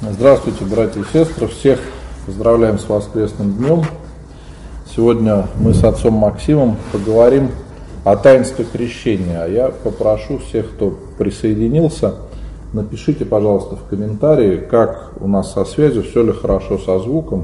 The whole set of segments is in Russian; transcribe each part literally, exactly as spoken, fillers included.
Здравствуйте, братья и сестры, всех поздравляем с воскресным днем. Сегодня мы с отцом Максимом поговорим о таинстве крещения. А я попрошу всех, кто присоединился, напишите, пожалуйста, в комментарии, как у нас со связью, все ли хорошо со звуком.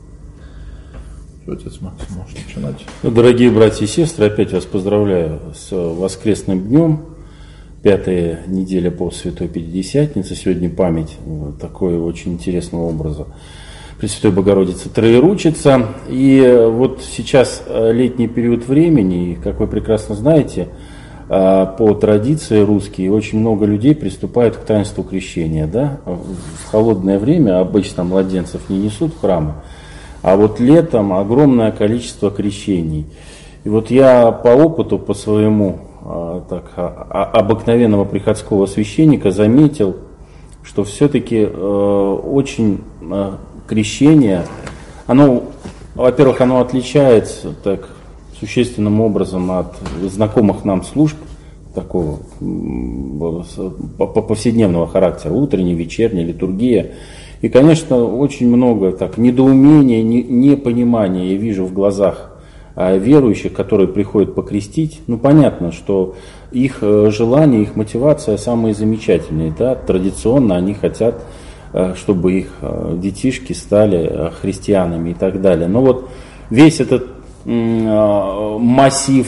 Отец Максим, может начинать. Дорогие братья и сестры, опять вас поздравляю с воскресным днем. Пятая неделя по Святой Пятидесятнице. Сегодня память такой очень интересного образа Пресвятой Богородицы Троеручица. И вот сейчас летний период времени, и, как вы прекрасно знаете, по традиции русские очень много людей приступают к таинству крещения. Да? В холодное время обычно младенцев не несут в храмы, а вот летом огромное количество крещений. И вот я по опыту, по своему так, обыкновенного приходского священника заметил, что все-таки э, очень э, крещение, оно, во-первых, оно отличается так существенным образом от знакомых нам служб такого повседневного характера, утренняя, вечерняя, литургия. И, конечно, очень много так недоумения, непонимания я вижу в глазах верующих, которые приходят покрестить. Ну, понятно, что их желание, их мотивация самые замечательные. Да? Традиционно они хотят, чтобы их детишки стали христианами и так далее. Но вот весь этот массив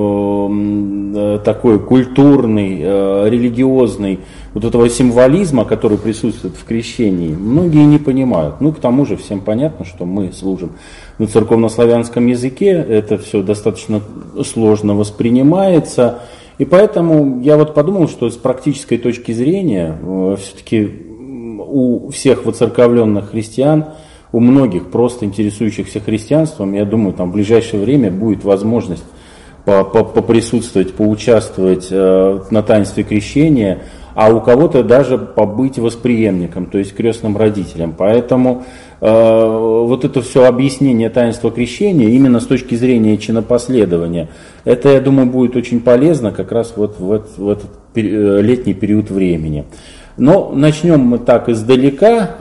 такой культурный, религиозный, вот этого символизма, который присутствует в крещении, многие не понимают. Ну, к тому же всем понятно, что мы служим на церковнославянском языке, это все достаточно сложно воспринимается, и поэтому я вот подумал, что с практической точки зрения все-таки у всех воцерковленных христиан, у многих просто интересующихся христианством, я думаю, там в ближайшее время будет возможность поприсутствовать, поучаствовать э, на таинстве крещения, а у кого-то даже побыть восприемником, то есть крестным родителем. Поэтому э, вот это все объяснение таинства крещения именно с точки зрения чинопоследования, это, я думаю, будет очень полезно как раз вот в, этот, в этот летний период времени. Но начнем мы так издалека.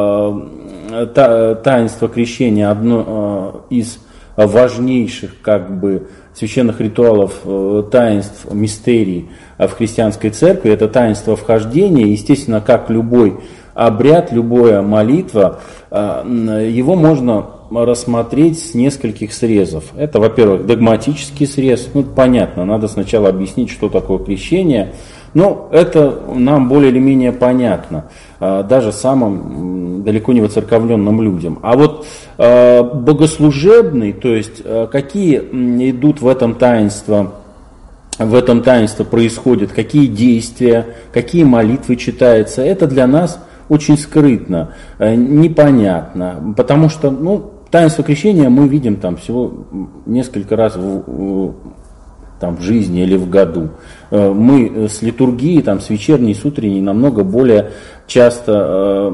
Э, та, таинство крещения одно э, из важнейших как бы священных ритуалов, таинств, мистерий в христианской церкви, это таинство вхождения. Естественно, как любой обряд, любая молитва, его можно рассмотреть с нескольких срезов. Это, во-первых, догматический срез. Ну, понятно, надо сначала объяснить, что такое крещение. Но это нам более или менее понятно, даже самым далеко не воцерковленным людям. А вот богослужебный, то есть какие идут в этом таинство, в этом таинстве происходят, какие действия, какие молитвы читаются, это для нас очень скрытно, непонятно, потому что, ну, таинство крещения мы видим там всего несколько раз в, там, в жизни или в году. Мы с литургией, там, с вечерней, с утренней намного более часто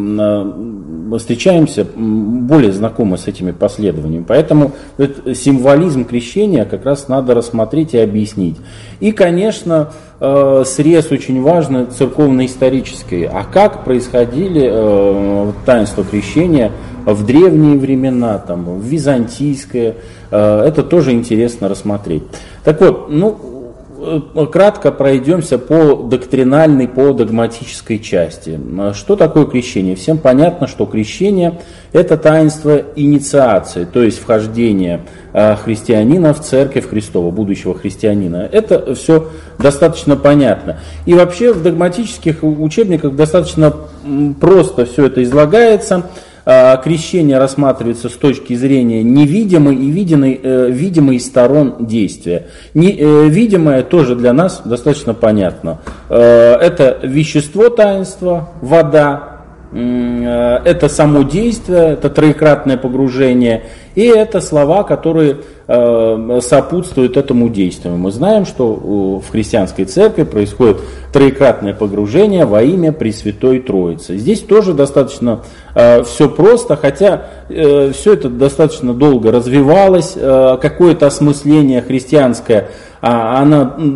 э, встречаемся, более знакомы с этими последованиями. Поэтому этот символизм крещения как раз надо рассмотреть и объяснить. И, конечно, э, срез очень важный церковно-исторический. А как происходили э, таинства крещения в древние времена, там, в византийское, э, это тоже интересно рассмотреть. Так вот, ну, кратко пройдемся по доктринальной, по догматической части. Что такое крещение? Всем понятно, что крещение – это таинство инициации, то есть вхождение христианина в церковь Христова, будущего христианина. Это все достаточно понятно. И вообще в догматических учебниках достаточно просто все это излагается. Крещение рассматривается с точки зрения невидимой и видимой, э, видимой сторон действия. Невидимое тоже для нас достаточно понятно. Э, это вещество таинства, вода, э, это само действие, это троекратное погружение, и это слова, которые э, сопутствуют этому действию. Мы знаем, что в христианской церкви происходит троекратное погружение во имя Пресвятой Троицы. Здесь тоже достаточно э, все просто, хотя э, все это достаточно долго развивалось, э, какое-то осмысление христианское, а, она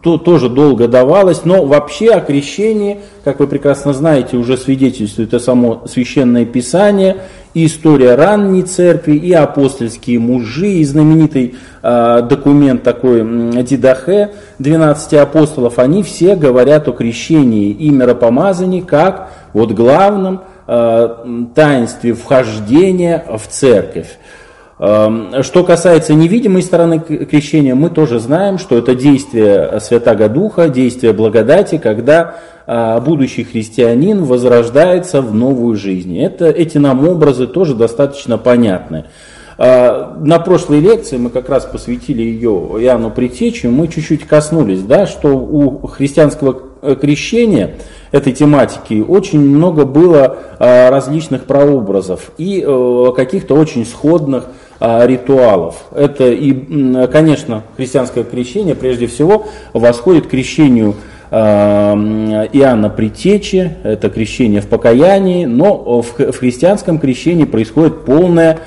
то, тоже долго давалось, но вообще о крещении, как вы прекрасно знаете, уже свидетельствует это само Священное Писание, и история ранней церкви, и апостольские мужи, и знаменитый э, документ такой Дидахе, двенадцати апостолов, они все говорят о крещении и миропомазании как вот главном э, таинстве вхождения в церковь. Что касается невидимой стороны крещения, мы тоже знаем, что это действие Святаго Духа, действие благодати, когда будущий христианин возрождается в новую жизнь. Это, эти нам образы тоже достаточно понятны. На прошлой лекции мы как раз посвятили ее Иоанну Предтече, мы чуть-чуть коснулись, да, что у христианского крещения, этой тематики, очень много было различных прообразов и каких-то очень сходных ритуалов. Это и, конечно, христианское крещение прежде всего восходит к крещению Иоанна Предтечи, это крещение в покаянии, но в христианском крещении происходит полное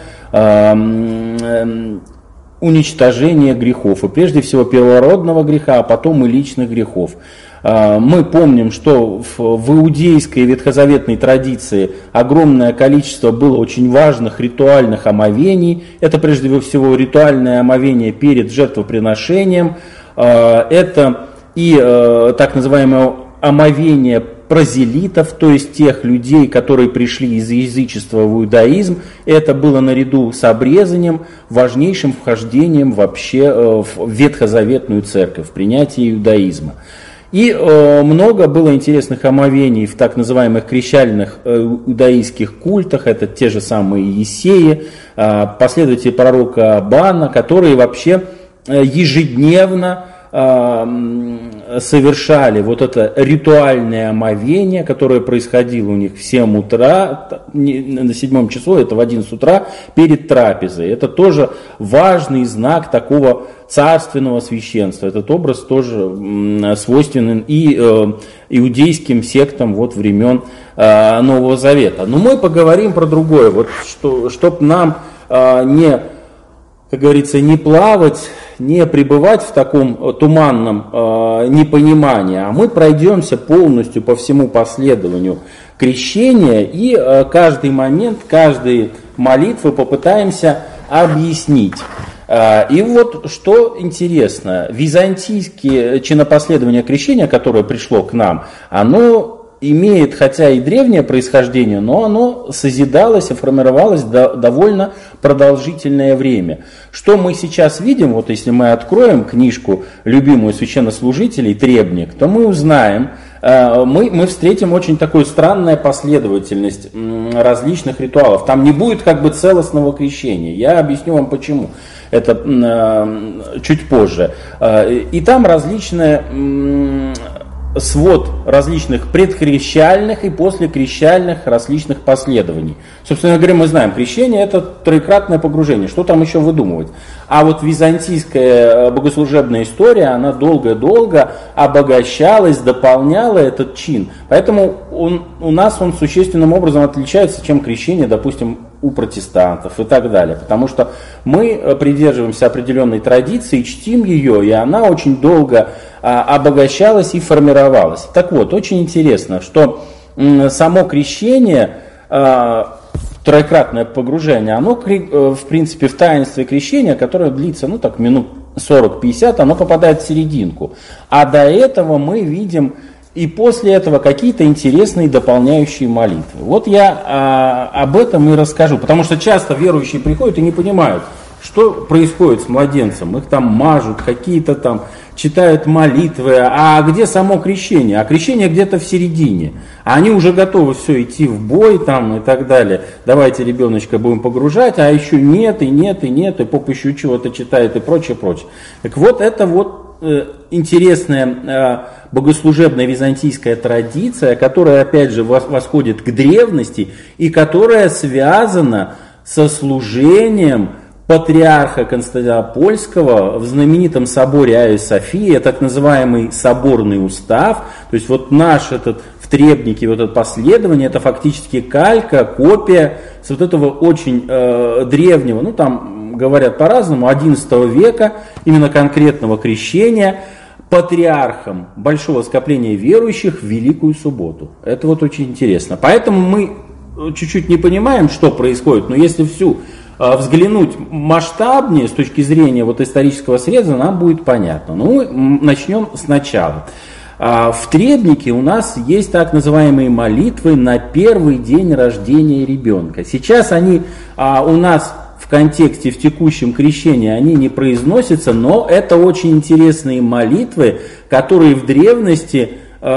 уничтожение грехов, и прежде всего первородного греха, а потом и личных грехов. Мы помним, что в иудейской ветхозаветной традиции огромное количество было очень важных ритуальных омовений. Это прежде всего ритуальное омовение перед жертвоприношением. Это и так называемое омовение прозелитов, то есть тех людей, которые пришли из язычества в иудаизм. Это было наряду с обрезанием важнейшим вхождением вообще в ветхозаветную церковь, в принятие иудаизма. И э, много было интересных омовений в так называемых крещальных э, иудаистских культах, это те же самые Иисеи, э, последователи пророка Абана, которые вообще э, ежедневно э, совершали вот это ритуальное омовение, которое происходило у них в семь утра, на седьмом часу, это в одиннадцать утра, перед трапезой. Это тоже важный знак такого царственного священства. Этот образ тоже свойственен и э, иудейским сектам вот времен э, Нового Завета. Но мы поговорим про другое, вот что, чтоб нам э, не, как говорится, не плавать, не пребывать в таком туманном э, непонимании, а мы пройдемся полностью по всему последованию крещения и э, каждый момент, каждой молитвы попытаемся объяснить. И вот что интересно, византийское чинопоследование крещения, которое пришло к нам, оно имеет, хотя и древнее происхождение, но оно созидалось и формировалось до, довольно продолжительное время. Что мы сейчас видим, вот если мы откроем книжку любимую священнослужителей «Требник», то мы узнаем, мы, мы встретим очень такую странную последовательность различных ритуалов. Там не будет как бы целостного крещения. Я объясню вам почему. Это э, чуть позже. И там различные э, свод различных предкрещальных и послекрещальных различных последований. Собственно говоря, мы знаем, крещение — это троекратное погружение. Что там еще выдумывать? А вот византийская богослужебная история, она долго-долго обогащалась, дополняла этот чин. Поэтому он, у нас он существенным образом отличается, чем крещение, допустим, у протестантов и так далее. Потому что мы придерживаемся определенной традиции, чтим ее, и она очень долго а, обогащалась и формировалась. Так вот, очень интересно, что м, само крещение, а, троекратное погружение, оно в принципе в таинстве крещения, которое длится ну так минут сорок-пятьдесят, оно попадает в серединку. А до этого мы видим и после этого какие-то интересные дополняющие молитвы. Вот я а, об этом и расскажу, потому что часто верующие приходят и не понимают, что происходит с младенцем. Их там мажут, какие-то там читают молитвы, а где само крещение? А крещение где-то в середине. А они уже готовы все идти в бой там и так далее. Давайте ребеночка будем погружать, а еще нет, и нет, и нет, и поп еще чего-то читает и прочее, прочее. Так вот, это вот э, интересная э, богослужебная византийская традиция, которая опять же восходит к древности и которая связана со служением патриарха Константинопольского в знаменитом соборе Айя София, так называемый соборный устав. То есть вот наш этот в Требнике, вот это последование, это фактически калька, копия с вот этого очень э, древнего, ну там говорят по-разному, одиннадцатого века, именно конкретного крещения. патриархом большого скопления верующих в Великую Субботу. Это вот очень интересно. Поэтому мы чуть-чуть не понимаем, что происходит, но если всю взглянуть масштабнее с точки зрения вот исторического среза, нам будет понятно. Ну, начнем сначала. В требнике у нас есть так называемые молитвы на первый день рождения ребенка. Сейчас они у нас в контексте, в текущем крещении, они не произносятся, но это очень интересные молитвы, которые в древности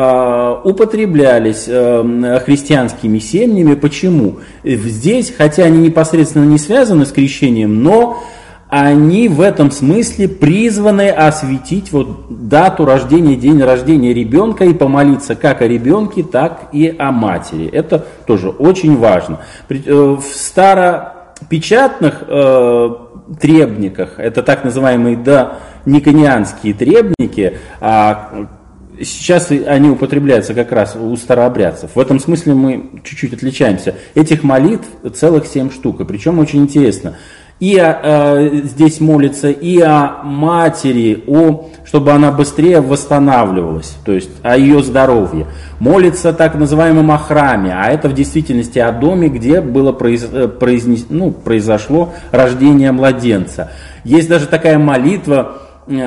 употреблялись христианскими семьями. Почему? Здесь, хотя они непосредственно не связаны с крещением, но они в этом смысле призваны осветить вот дату рождения, день рождения ребенка и помолиться как о ребенке, так и о матери. Это тоже очень важно. В старопечатных э, требниках, это так называемые дониконианские требники, а сейчас они употребляются как раз у старообрядцев. В этом смысле мы чуть-чуть отличаемся. Этих молитв целых семь штук. И причем очень интересно. И э, здесь молится и о матери, о, чтобы она быстрее восстанавливалась, то есть о ее здоровье. Молится так называемым о храме, а это в действительности о доме, где было произ, произнес, ну, произошло рождение младенца. Есть даже такая молитва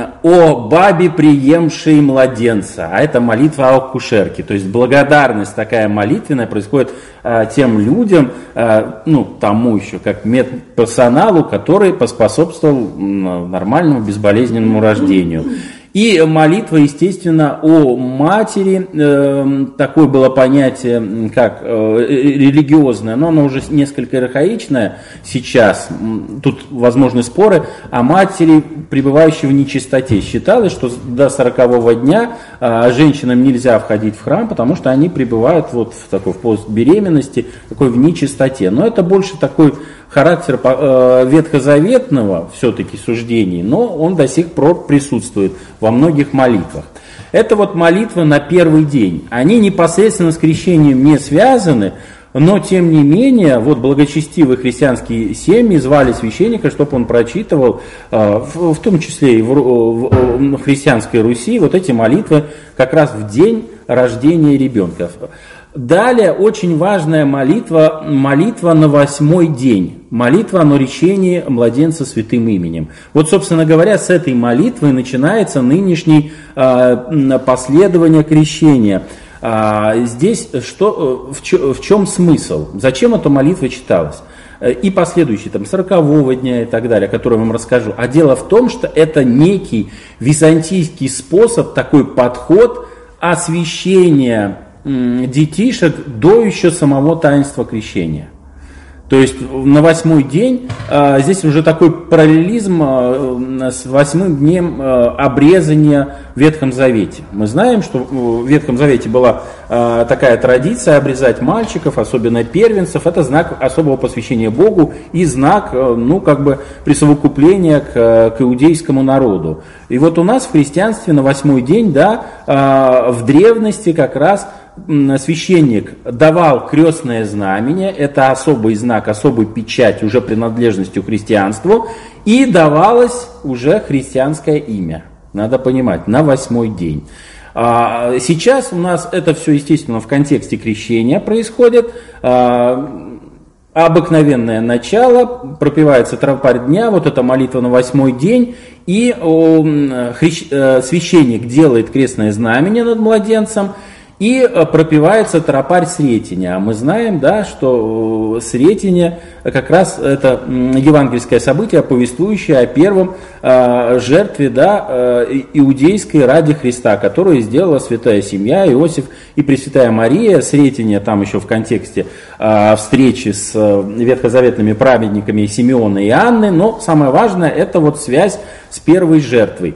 о бабе, приемшей младенца, а это молитва о акушерке, то есть благодарность такая молитвенная происходит а, тем людям, а, ну тому еще как медперсоналу, который поспособствовал нормальному безболезненному рождению. И молитва, естественно, о матери, э, такое было понятие, как э, религиозное, но оно уже несколько архаичное сейчас. Тут возможны споры о матери, пребывающей в нечистоте. Считалось, что до сорокового дня э, женщинам нельзя входить в храм, потому что они пребывают вот в такой в постбеременности, такой в нечистоте. Но это больше такой характер э, ветхозаветного все-таки суждений, но он до сих пор присутствует во многих молитвах. Это вот молитва на первый день. Они непосредственно с крещением не связаны, но тем не менее, вот благочестивые христианские семьи звали священника, чтобы он прочитывал, э, в, в том числе и в, в, в христианской Руси, вот эти молитвы как раз в день рождения ребенка. Далее очень важная молитва, молитва на восьмой день, молитва о наречении младенца святым именем. Вот, собственно говоря, с этой молитвы начинается нынешнее э, последование крещения. А, здесь что, в, чё, в чем смысл? Зачем эта молитва читалась? И последующие, там, сорокового дня и так далее, о котором я вам расскажу. А дело в том, что это некий византийский способ, такой подход освящения детишек до еще самого таинства крещения. То есть на восьмой день а, здесь уже такой параллелизм а, с восьмым днем а, обрезания в Ветхом Завете. Мы знаем, что в Ветхом Завете была а, такая традиция обрезать мальчиков, особенно первенцев. Это знак особого посвящения Богу и знак, ну, как бы присовокупления к, к иудейскому народу. И вот у нас в христианстве на восьмой день, да, а, в древности как раз священник давал крестное знамение, это особый знак, особый печать уже принадлежностью к христианству, и давалось уже христианское имя, надо понимать, на восьмой день. Сейчас у нас это все, естественно, в контексте крещения происходит. Обыкновенное начало, пропевается тропарь дня, вот эта молитва на восьмой день, и священник делает крестное знамение над младенцем, и пропевается тропарь Сретения. А мы знаем, да, что Сретение как раз это евангельское событие, повествующее о первом э, жертве, да, э, иудейской ради Христа, которую сделала святая семья, Иосиф и Пресвятая Мария. Сретение там еще в контексте э, встречи с ветхозаветными праведниками Симеона и Анны, но самое важное это вот связь с первой жертвой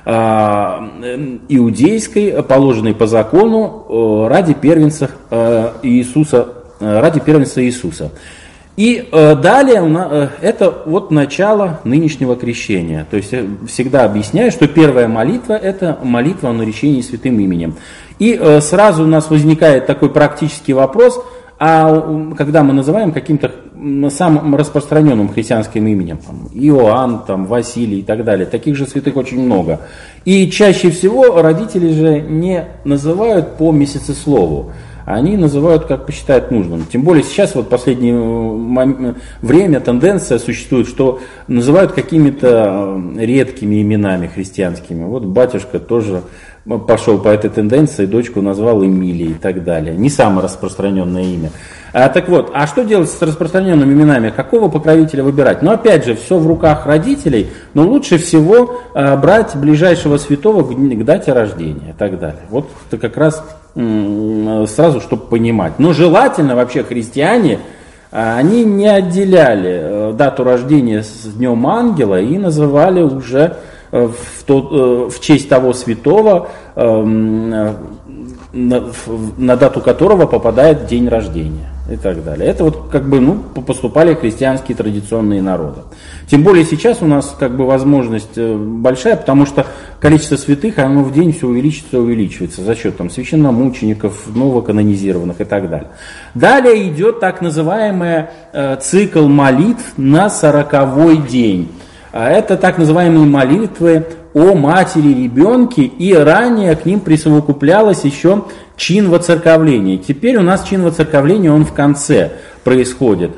иудейской, положенной по закону ради первенца Иисуса, ради первенца Иисуса. И далее это вот начало нынешнего крещения. То есть я всегда объясняю, что первая молитва это молитва о наречении святым именем. И сразу у нас возникает такой практический вопрос: А когда мы называем каким-то самым распространенным христианским именем, там, Иоанн, там, Василий и так далее, таких же святых очень много. И чаще всего родители же не называют по месяцеслову, они называют, как посчитают нужным. Тем более сейчас, вот в последнее время тенденция существует, что называют какими-то редкими именами христианскими. Вот батюшка тоже пошел по этой тенденции, дочку назвал Эмилией и так далее. Не самое распространенное имя. А, так вот, а что делать с распространенными именами? Какого покровителя выбирать? Ну, опять же, все в руках родителей, но лучше всего а, брать ближайшего святого к, к дате рождения и так далее. Вот это как раз м- сразу, чтобы понимать. Но желательно вообще христиане, а, они не отделяли а, дату рождения с Днем Ангела и называли уже в, тот, в честь того святого, на, на дату которого попадает день рождения и так далее. Это вот как бы, ну, поступали христианские традиционные народы. Тем более сейчас у нас как бы возможность большая, потому что количество святых, оно в день все увеличивается и увеличивается за счет там священномучеников, новоканонизированных и так далее. Далее идет так называемый э, цикл молитв на сороковой день. Это так называемые молитвы о матери ребенке, и ранее к ним присовокуплялось еще чин воцерковления. Теперь у нас чин воцерковления, он в конце происходит.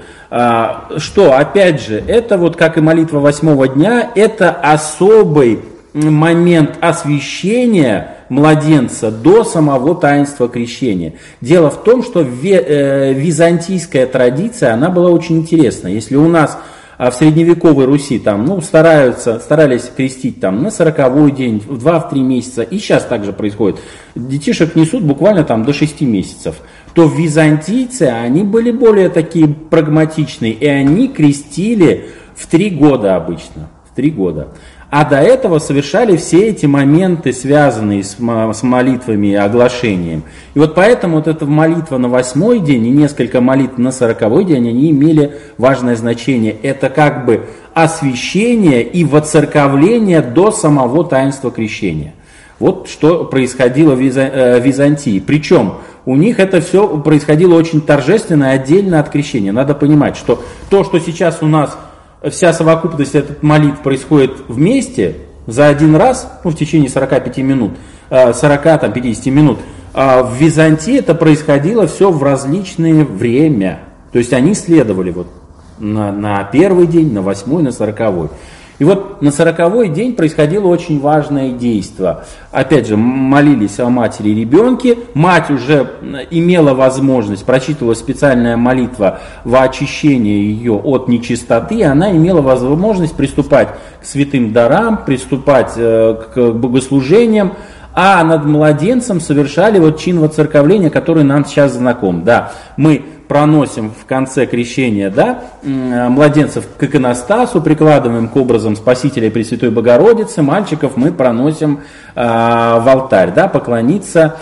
Что, опять же, это вот как и молитва восьмого дня, это особый момент освящения младенца до самого таинства крещения. Дело в том, что византийская традиция, она была очень интересна. Если у нас в средневековой Руси там, ну, стараются, старались крестить там на сороковой день, в два-три месяца, и сейчас также происходит. Детишек несут буквально там до шести месяцев. То византийцы, они были более такие прагматичные, и они крестили в три года обычно. В три года. А до этого совершали все эти моменты, связанные с, с молитвами и оглашением. И вот поэтому вот эта молитва на восьмой день и несколько молитв на сороковой день, они имели важное значение. Это как бы освящение и воцерковление до самого таинства крещения. Вот что происходило в Византии. Причем у них это все происходило очень торжественно и отдельно от крещения. Надо понимать, что то, что сейчас у нас вся совокупность этих молитв происходит вместе за один раз, ну, в течение сорока пяти минут, сорока-пятидесяти минут. А в Византии это происходило все в различное время. То есть они следовали вот на, на первый день, на восьмой, на сороковой. И вот на сороковой день происходило очень важное действие. Опять же, молились о матери и ребенке. Мать уже имела возможность, прочитывала специальная молитва во очищение ее от нечистоты. Она имела возможность приступать к святым дарам, приступать к богослужениям. А над младенцем совершали вот чин воцерковления, который нам сейчас знаком. Да, мы проносим в конце крещения, да, младенцев к иконостасу, прикладываем к образам Спасителя и Пресвятой Богородицы, мальчиков мы проносим э, в алтарь, да, поклониться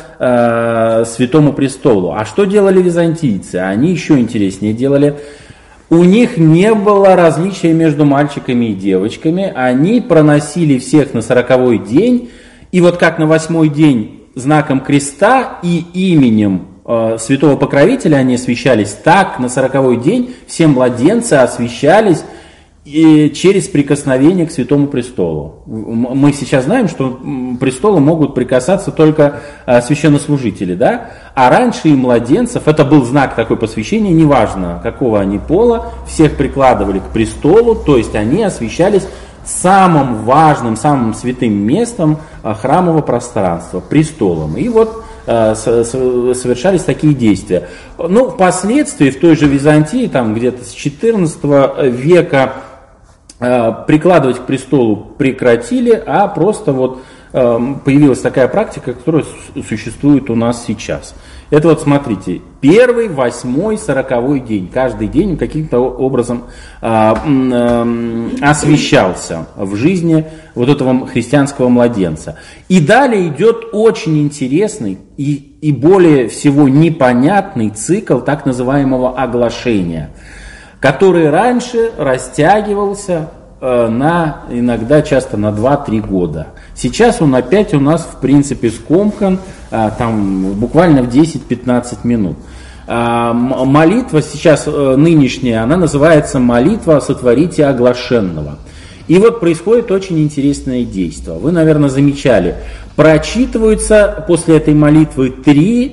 э, Святому Престолу. А что делали византийцы? Они еще интереснее делали. У них не было различия между мальчиками и девочками, они проносили всех на сороковой день, и вот как на восьмой день знаком креста и именем святого покровителя они освящались, так на сороковой день все младенцы освящались и через прикосновение к Святому Престолу. Мы сейчас знаем, что к престолу могут прикасаться только священнослужители, да? А раньше и младенцев, это был знак такой посвящения, неважно какого они пола, всех прикладывали к престолу, то есть они освящались самым важным, самым святым местом храмового пространства, престолом. И вот совершались такие действия. Ну, впоследствии, в той же Византии, там где-то с четырнадцатого века прикладывать к престолу прекратили, а просто вот появилась такая практика, которая существует у нас сейчас. Это вот смотрите, первый, восьмой, сороковой день, каждый день каким-то образом а, а, освещался в жизни вот этого христианского младенца. И далее идет очень интересный и, и более всего непонятный цикл так называемого оглашения, который раньше растягивался на, иногда часто на два-три года. Сейчас он опять у нас в принципе скомкан, там буквально в десять-пятнадцать минут. Молитва сейчас нынешняя, она называется молитва «Сотворите оглашенного». И вот происходит очень интересное действие. Вы, наверное, замечали, прочитываются после этой молитвы три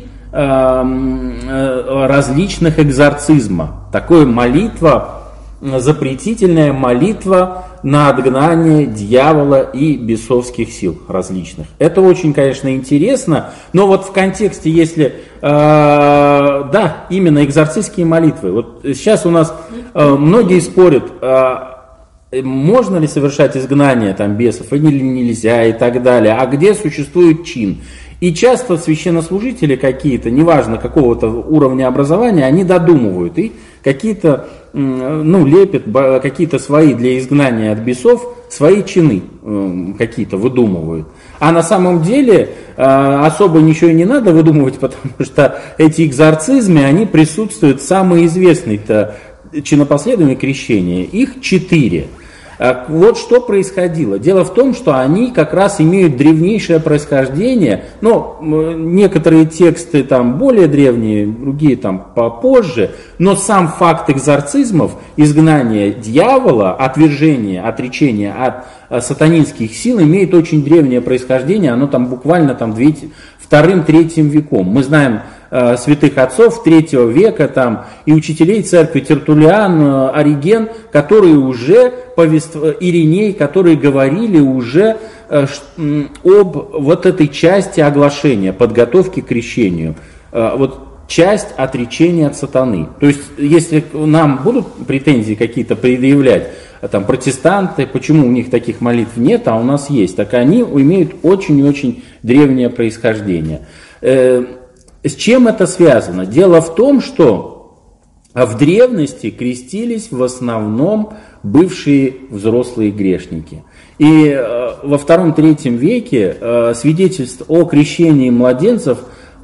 различных экзорцизма. Такая молитва, запретительная молитва на отгнание дьявола и бесовских сил различных. Это очень, конечно, интересно, но вот в контексте, если, э, да, именно экзорцистские молитвы. Вот сейчас у нас э, многие спорят, э, можно ли совершать изгнание там, бесов или нельзя и так далее, а где существует чин. И часто священнослужители какие-то, неважно какого-то уровня образования, они додумывают и какие-то, ну, лепят какие-то свои для изгнания от бесов, свои чины какие-то выдумывают. А на самом деле особо ничего и не надо выдумывать, потому что эти экзорцизмы, они присутствуют в самой известной-то чинопоследовании крещения. Их четыре. Вот что происходило. Дело в том, что они как раз имеют древнейшее происхождение, но некоторые тексты там более древние, другие там попозже, но сам факт экзорцизмов, изгнания дьявола, отвержения, отречения от сатанинских сил имеет очень древнее происхождение, оно там буквально там вторым-третьим веком. Мы знаем э, святых отцов третьего века там, и учителей церкви Тертуллиан, э, Ориген, которые уже, повеств... Ириней, которые говорили уже э, ш... об вот этой части оглашения, подготовки к крещению. Э, вот часть отречения от сатаны. То есть, если нам будут претензии какие-то предъявлять, там, протестанты, почему у них таких молитв нет, а у нас есть, так они имеют очень и очень древнее происхождение. Э, с чем это связано? Дело в том, что в древности крестились в основном бывшие взрослые грешники. И э, во втором-третьем веке э, свидетельств о крещении младенцев,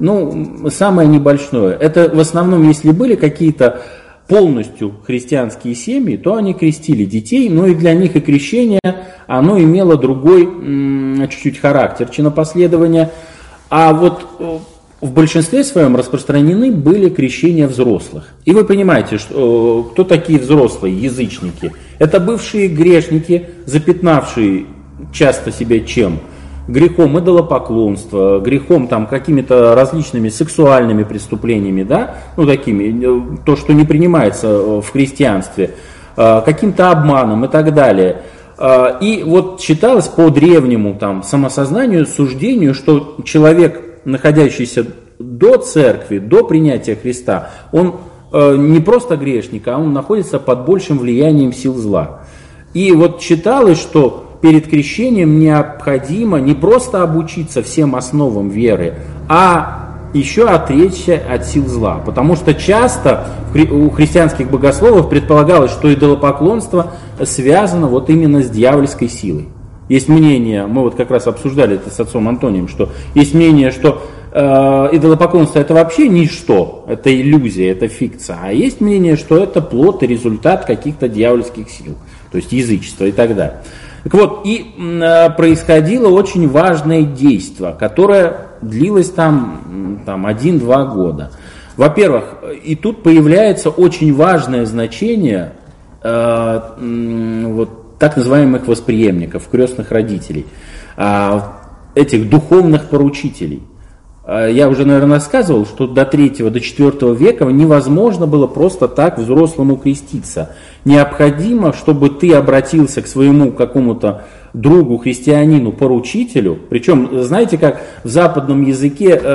ну, самое небольшое. Это в основном, если были какие-то полностью христианские семьи, то они крестили детей, но и для них и крещение, оно имело другой м- чуть-чуть характер чинопоследования. А вот в большинстве своем распространены были крещения взрослых. И вы понимаете, что, кто такие взрослые язычники? Это бывшие грешники, запятнавшие часто себя чем? Грехом идолопоклонства, грехом там какими-то различными сексуальными преступлениями, да, ну такими, то, что не принимается в христианстве, каким-то обманом и так далее. И вот считалось по древнему там самосознанию, суждению, что человек, находящийся до церкви, до принятия Христа, он не просто грешник, а он находится под большим влиянием сил зла. И вот считалось, что перед крещением необходимо не просто обучиться всем основам веры, а еще отречься от сил зла. Потому что часто у христианских богословов предполагалось, что идолопоклонство связано вот именно с дьявольской силой. Есть мнение, мы вот как раз обсуждали это с отцом Антонием, что есть мнение, что э, идолопоклонство это вообще ничто, это иллюзия, это фикция. А есть мнение, что это плод и результат каких-то дьявольских сил, то есть язычества и так далее. Так вот, и э, происходило очень важное действие, которое длилось там, там один-два года. Во-первых, и тут появляется очень важное значение э, э, вот, так называемых восприемников, крестных родителей, э, этих духовных поручителей. Я уже, наверное, рассказывал, что до третьего, до четвёртого века невозможно было просто так взрослому креститься. Необходимо, чтобы ты обратился к своему какому-то другу, христианину, поручителю. Причем, знаете, как в западном языке э,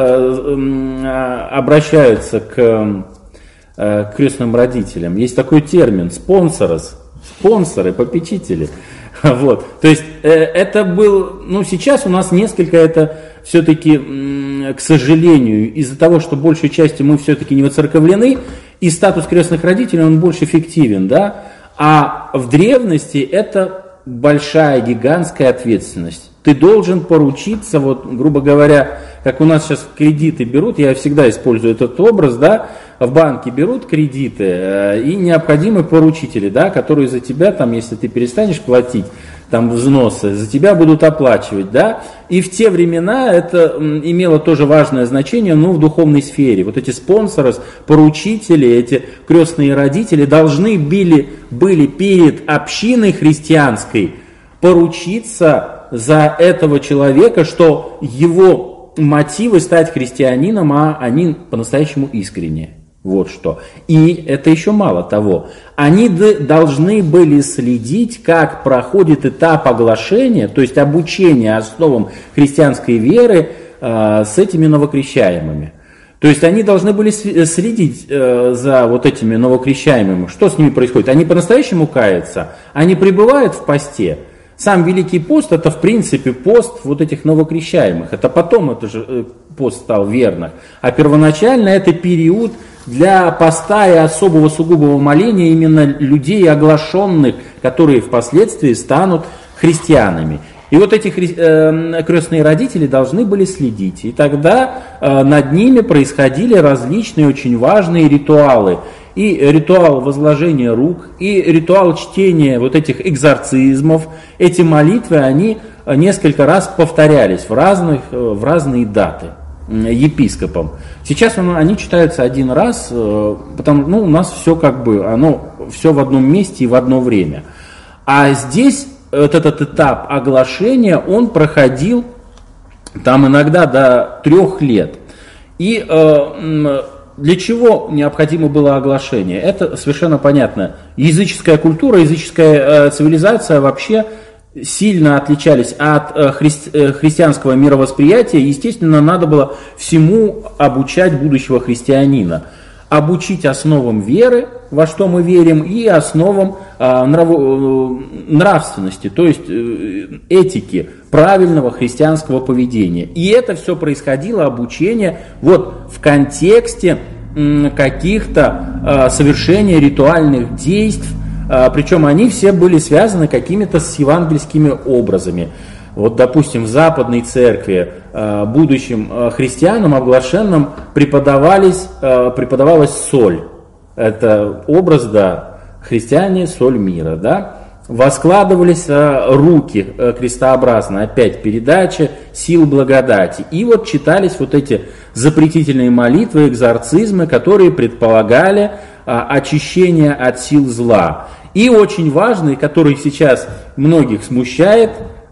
э, обращаются к, э, к крестным родителям. Есть такой термин спонсорос, спонсоры, попечители. Вот. То есть э, это был, ну сейчас у нас несколько это все-таки, м, к сожалению, из-за того, что большей частью мы все-таки не воцерковлены, и статус крестных родителей, он больше фиктивен, да, а в древности это большая, гигантская ответственность. Ты должен поручиться, вот, грубо говоря, как у нас сейчас кредиты берут, я всегда использую этот образ, да, в банке берут кредиты, и необходимы поручители, да, которые за тебя, там, если ты перестанешь платить, там взносы, за тебя будут оплачивать, да. И в те времена это имело тоже важное значение, ну, в духовной сфере. Вот эти спонсоры, поручители, эти крестные родители должны были, были перед общиной христианской поручиться за этого человека, что его мотивы стать христианином, а они по-настоящему искренние. Вот что. И это еще мало того. Они должны были следить, как проходит этап оглашения, то есть обучение основам христианской веры э, с этими новокрещаемыми. То есть они должны были следить э, за вот этими новокрещаемыми. Что с ними происходит? Они по-настоящему каются? Они пребывают в посте? Сам Великий пост — это, в принципе, пост вот этих новокрещаемых. Это потом это же пост стал верных. А первоначально это период для поста и особого сугубого моления именно людей оглашенных, которые впоследствии станут христианами. И вот эти хри... э, крестные родители должны были следить. И тогда э, над ними происходили различные очень важные ритуалы. И ритуал возложения рук, и ритуал чтения вот этих экзорцизмов. Эти молитвы, они несколько раз повторялись в, разных, в разные даты епископом. Сейчас они читаются один раз, потому что ну, у нас все как бы, оно все в одном месте и в одно время. А здесь вот этот этап оглашения, он проходил там иногда до трех лет. И э, для чего необходимо было оглашение? Это совершенно понятно. Языческая культура, языческая э, цивилизация вообще сильно отличались от э, хри- э, христианского мировосприятия. Естественно, надо было всему обучать будущего христианина. Обучить основам веры, во что мы верим, и основам э, нрав... э, нравственности, то есть э, этики, правильного христианского поведения. И это все происходило, обучение, вот в контексте э, каких-то э, совершения ритуальных действий, э, причем они все были связаны какими-то с евангельскими образами. Вот, допустим, в Западной Церкви э, будущим э, христианам, оглашенным, преподавались, э, преподавалась соль. Это образ, да, христиане, соль мира, да. Воскладывались э, руки э, крестообразно, опять передача сил благодати. И вот читались вот эти запретительные молитвы, экзорцизмы, которые предполагали э, очищение от сил зла. И очень важный, который сейчас многих смущает,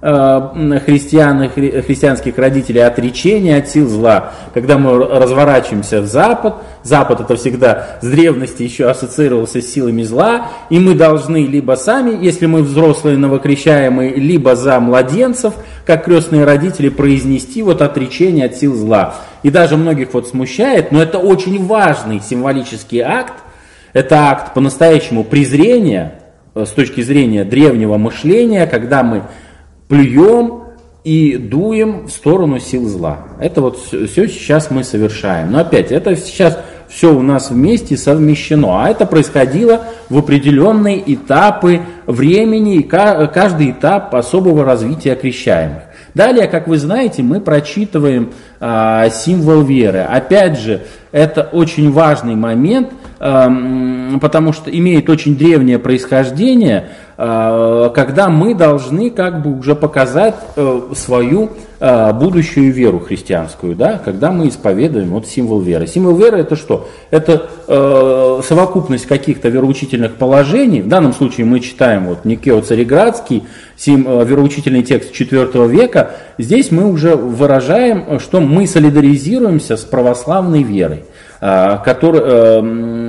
христиан, христианских родителей, отречение от сил зла. Когда мы разворачиваемся в Запад, Запад это всегда с древности еще ассоциировался с силами зла, и мы должны либо сами, если мы взрослые новокрещаемые, либо за младенцев, как крестные родители, произнести вот отречение от сил зла. И даже многих вот смущает, но это очень важный символический акт, это акт по-настоящему презрения с точки зрения древнего мышления, когда мы плюем и дуем в сторону сил зла. Это вот все, все сейчас мы совершаем. Но опять, это сейчас все у нас вместе совмещено. А это происходило в определенные этапы времени, и каждый этап особого развития крещаемых. Далее, как вы знаете, мы прочитываем а, символ веры. Опять же, это очень важный момент, а, потому что имеет очень древнее происхождение, а, когда мы должны как бы уже показать а, свою а, будущую веру христианскую, да, когда мы исповедуем вот символ веры. Символ веры это что? Это а, совокупность каких-то вероучительных положений. В данном случае мы читаем вот Никео-Цареградский, сим, а, вероучительный текст четвёртого века. Здесь мы уже выражаем, что мы солидаризируемся с православной верой, который,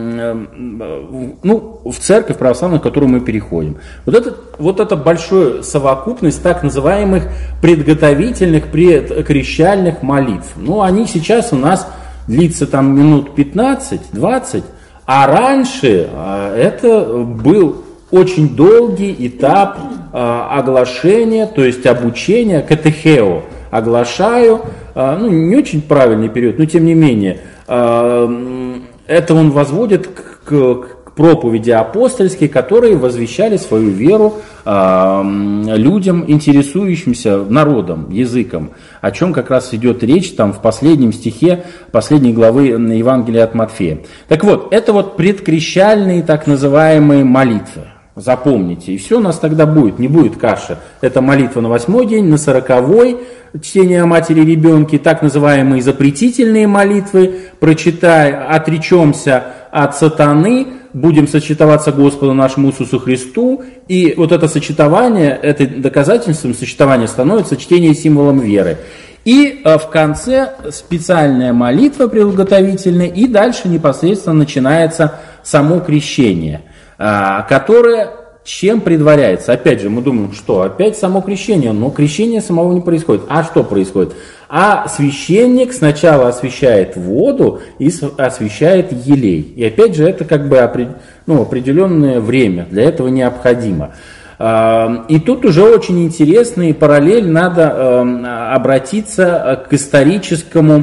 ну, в церковь православную, в которую мы переходим. Вот это, вот это большая совокупность так называемых предготовительных, предкрещальных молитв. Ну, они сейчас у нас длится там минут пятнадцать-двадцать, а раньше это был очень долгий этап оглашения, то есть обучения, катехео. Оглашаю, ну, не очень правильный период, но тем не менее, это он возводит к, к проповеди апостольской, которые возвещали свою веру людям, интересующимся народом, языком, о чем как раз идет речь там в последнем стихе последней главы Евангелия от Матфея. Так вот, это вот предкрещальные так называемые молитвы. Запомните, и все у нас тогда будет, не будет каши. Это молитва на восьмой день, на сороковой чтение о матери и ребенке, так называемые запретительные молитвы, прочитай, отречемся от сатаны, будем сочетоваться Господу нашему Иисусу Христу, и вот это сочетование, это доказательством сочетования становится чтение символом веры. И в конце специальная молитва подготовительная, и дальше непосредственно начинается само крещение, которое чем предваряется. Опять же, мы думаем, что опять само крещение, но крещение самого не происходит. А что происходит? А священник сначала освящает воду и освящает елей. И опять же, это как бы ну, определенное время для этого необходимо. И тут уже очень интересный параллель, надо обратиться к историческому,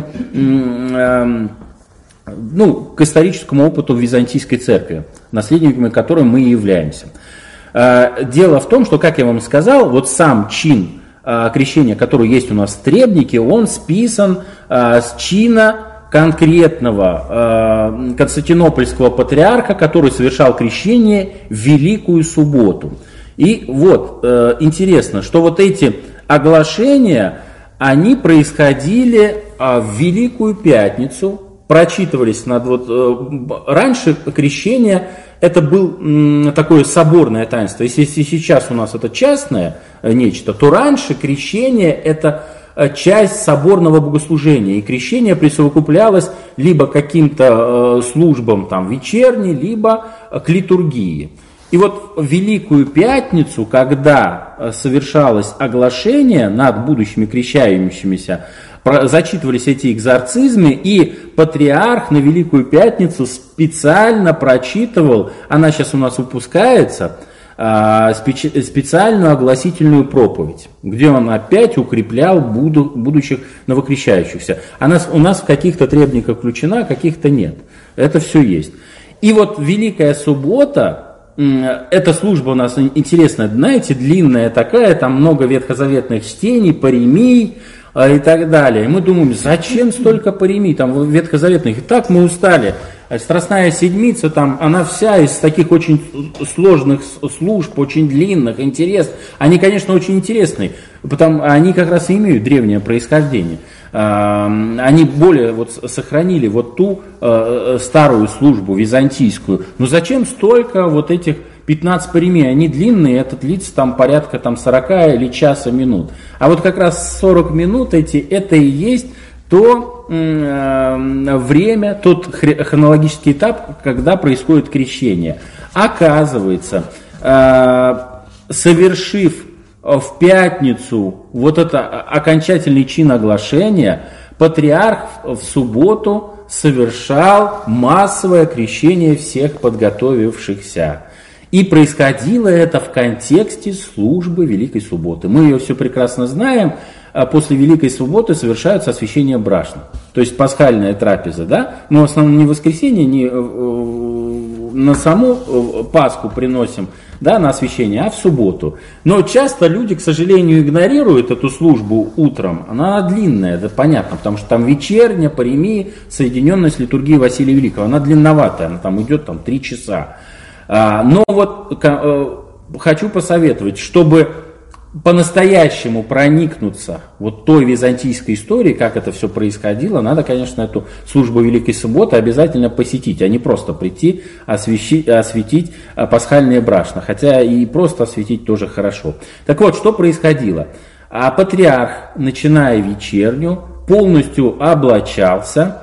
ну, к историческому опыту Византийской церкви, наследниками которой мы и являемся. Дело в том, что, как я вам сказал, вот сам чин крещения, который есть у нас в Требнике, он списан с чина конкретного константинопольского патриарха, который совершал крещение в Великую Субботу. И вот интересно, что вот эти оглашения, они происходили в Великую Пятницу, прочитывались над вот раньше крещение это был такое соборное таинство. Если сейчас у нас это частное нечто, то раньше крещение это часть соборного богослужения, и крещение присовокуплялось либо к каким-то службам там вечерней, либо к литургии. И вот в Великую Пятницу, когда совершалось оглашение над будущими крещающимися, зачитывались эти экзорцизмы, и патриарх на Великую Пятницу специально прочитывал, она сейчас у нас выпускается, специальную огласительную проповедь, где он опять укреплял будущих новокрещающихся. Она у нас в каких-то требниках включена, а каких-то нет. Это все есть. И вот Великая Суббота, эта служба у нас интересная, знаете, длинная такая, там много ветхозаветных чтений, паремий и так далее. И мы думаем, зачем столько паремий, там ветхозаветных, и так мы устали. Страстная седмица, там, она вся из таких очень сложных служб, очень длинных, интересных. Они, конечно, очень интересные, потому они как раз и имеют древнее происхождение. Они более вот сохранили вот ту старую службу византийскую. Но зачем столько вот этих пятнадцать паремий? Они длинные, это длится там порядка там, сорок или часа минут. А вот как раз сорок минут эти, это и есть то э, время, тот хронологический этап, когда происходит крещение. Оказывается, э, совершив в пятницу вот это окончательный чин оглашения, патриарх в субботу совершал массовое крещение всех подготовившихся. И происходило это в контексте службы Великой Субботы. Мы ее все прекрасно знаем. После Великой Субботы совершаются освящение брашна. То есть пасхальная трапеза. Да? Мы в основном не в воскресенье, не на саму Пасху приносим, да, на освящение, а в субботу. Но часто люди, к сожалению, игнорируют эту службу утром. Она длинная, это понятно, потому что там вечерняя, паремия, соединенная с литургией Василия Великого. Она длинноватая, она там идет там, три часа. Но вот хочу посоветовать, чтобы по-настоящему проникнуться вот той византийской историей, как это все происходило, надо, конечно, эту службу Великой Субботы обязательно посетить, а не просто прийти освящить, осветить пасхальные брашна, хотя и просто осветить тоже хорошо. Так вот, что происходило? А патриарх, начиная вечерню, полностью облачался,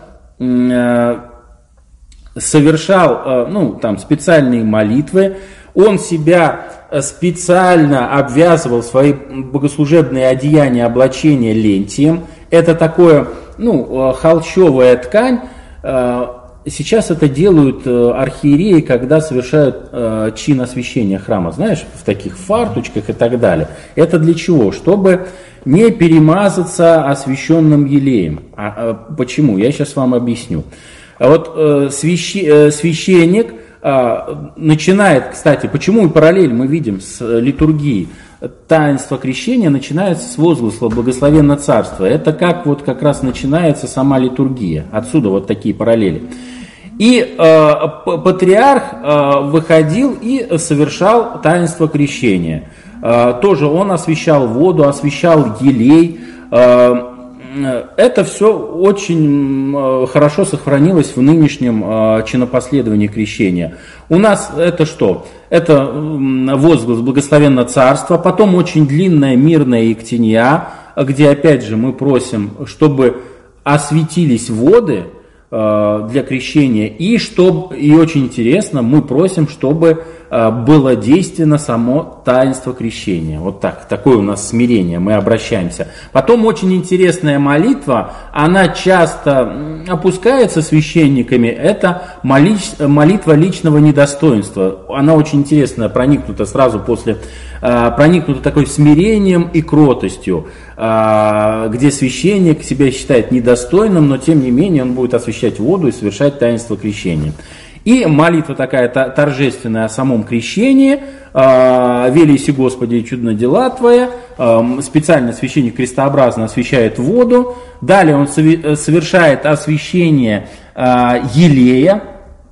совершал ну, там, специальные молитвы, он себя специально обвязывал свои богослужебные одеяния, облачения лентием. Это такое, ну, холщовая ткань. Сейчас это делают архиереи, когда совершают чин освящения храма, знаешь, в таких фарточках и так далее. Это для чего? Чтобы не перемазаться освященным елеем. А почему? Я сейчас вам объясню. Вот священник начинает, кстати, почему и параллель мы видим с литургией, таинство крещения начинается с возгласа «Благословенно Царство». Это как вот как раз начинается сама литургия. Отсюда вот такие параллели. И э, патриарх э, выходил и совершал таинство крещения. Э, тоже он освящал воду, освящал елей. Э, это все очень э, хорошо сохранилось в нынешнем э, чинопоследовании крещения. У нас это что? Это э, возглас «Благословенно царство», потом очень длинная мирная Ектения, где опять же мы просим, чтобы осветились воды для крещения, и, чтобы, и очень интересно, мы просим, чтобы было действенно само таинство крещения. Вот так, такое у нас смирение, мы обращаемся. Потом очень интересная молитва, она часто опускается священниками, это молитва личного недостоинства. Она очень интересная, проникнута сразу после, проникнута такой смирением и кротостью, где священник себя считает недостойным, но тем не менее он будет освящать воду и совершать таинство крещения. И молитва такая торжественная о самом крещении, «Велися, Господи, чудно дела Твои», специально священник крестообразно освящает воду, далее он совершает освящение елея,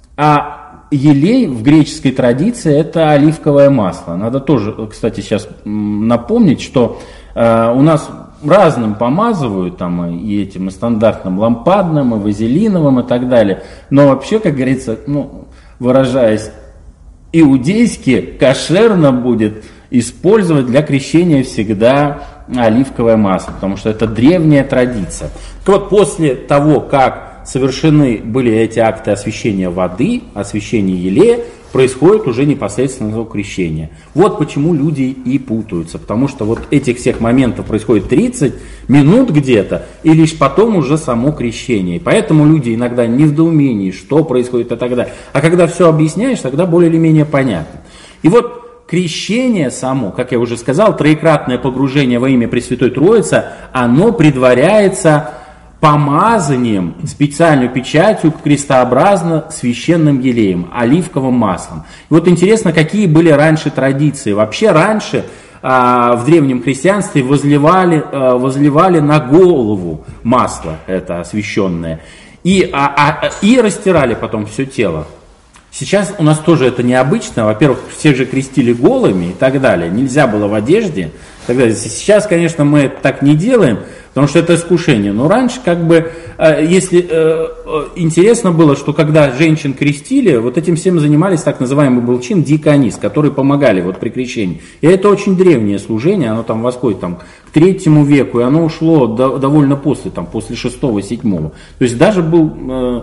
а елей в греческой традиции это оливковое масло. Надо тоже, кстати, сейчас напомнить, что у нас разным помазывают, там, и этим, и стандартным лампадным, и вазелиновым, и так далее. Но вообще, как говорится, ну, выражаясь иудейски, кошерно будет использовать для крещения всегда оливковое масло, потому что это древняя традиция. Так вот, после того, как совершены были эти акты освящения воды, освящения елея, происходит уже непосредственно крещение. Вот почему люди и путаются, потому что вот этих всех моментов происходит тридцать минут где-то, и лишь потом уже само крещение. И поэтому люди иногда не в недоумении, что происходит и так далее. А когда все объясняешь, тогда более или менее понятно. И вот крещение само, как я уже сказал, троекратное погружение во имя Пресвятой Троицы, оно предваряется помазанием, специальной печатью крестообразно священным елеем, оливковым маслом. И вот интересно, какие были раньше традиции. Вообще раньше а, в древнем христианстве возливали, а, возливали на голову масло это освященное и, а, а, и растирали потом все тело. Сейчас у нас тоже это необычно. Во-первых, все же крестили голыми и так далее. Нельзя было в одежде. И так далее. Сейчас, конечно, мы это так не делаем, потому что это искушение. Но раньше, как бы, если интересно было, что когда женщин крестили, вот этим всем занимались так называемый был чин диаконис, которые помогали вот при крещении. И это очень древнее служение, оно там восходит там, к третьему веку, и оно ушло до, довольно после, там, после шестого-седьмого. То есть даже был...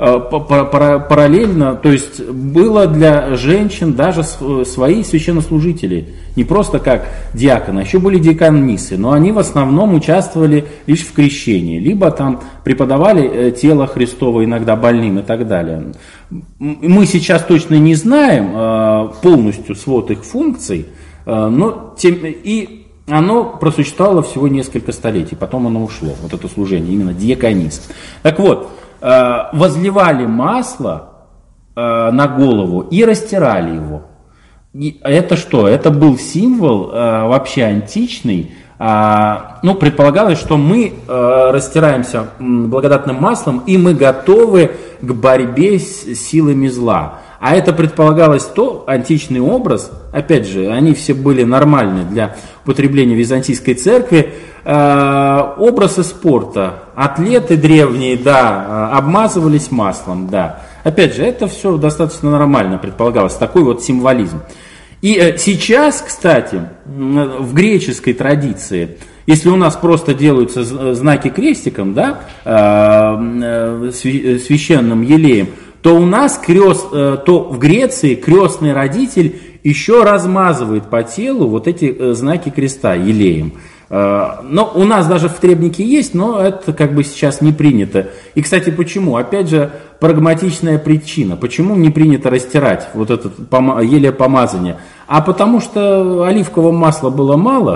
параллельно, то есть было для женщин даже свои священнослужители, не просто как диаконы, еще были диаконисы, но они в основном участвовали лишь в крещении, либо там преподавали тело Христово иногда больным и так далее. Мы сейчас точно не знаем полностью свод их функций, но тем и оно просуществовало всего несколько столетий, потом оно ушло, вот это служение, именно диаконис. Так вот, возливали масло э, на голову и растирали его. И это что? Это был символ э, вообще античный. Э, ну, предполагалось, что мы э, растираемся благодатным маслом, и мы готовы к борьбе с силами зла. А это предполагалось то, античный образ, опять же, они все были нормальны для употребления византийской церкви, э, образ из спорта. Атлеты древние, да, обмазывались маслом, да. Опять же, это все достаточно нормально предполагалось, такой вот символизм. И э, сейчас, кстати, в греческой традиции, если у нас просто делаются знаки крестиком, да, э, э, священным елеем, то у нас крест, то в Греции крестный родитель еще размазывает по телу вот эти знаки креста елеем. Но у нас даже в требнике есть, но это как бы сейчас не принято. И, кстати, почему? Опять же, прагматичная причина. Почему не принято растирать вот это еле помазание? А потому что оливкового масла было мало,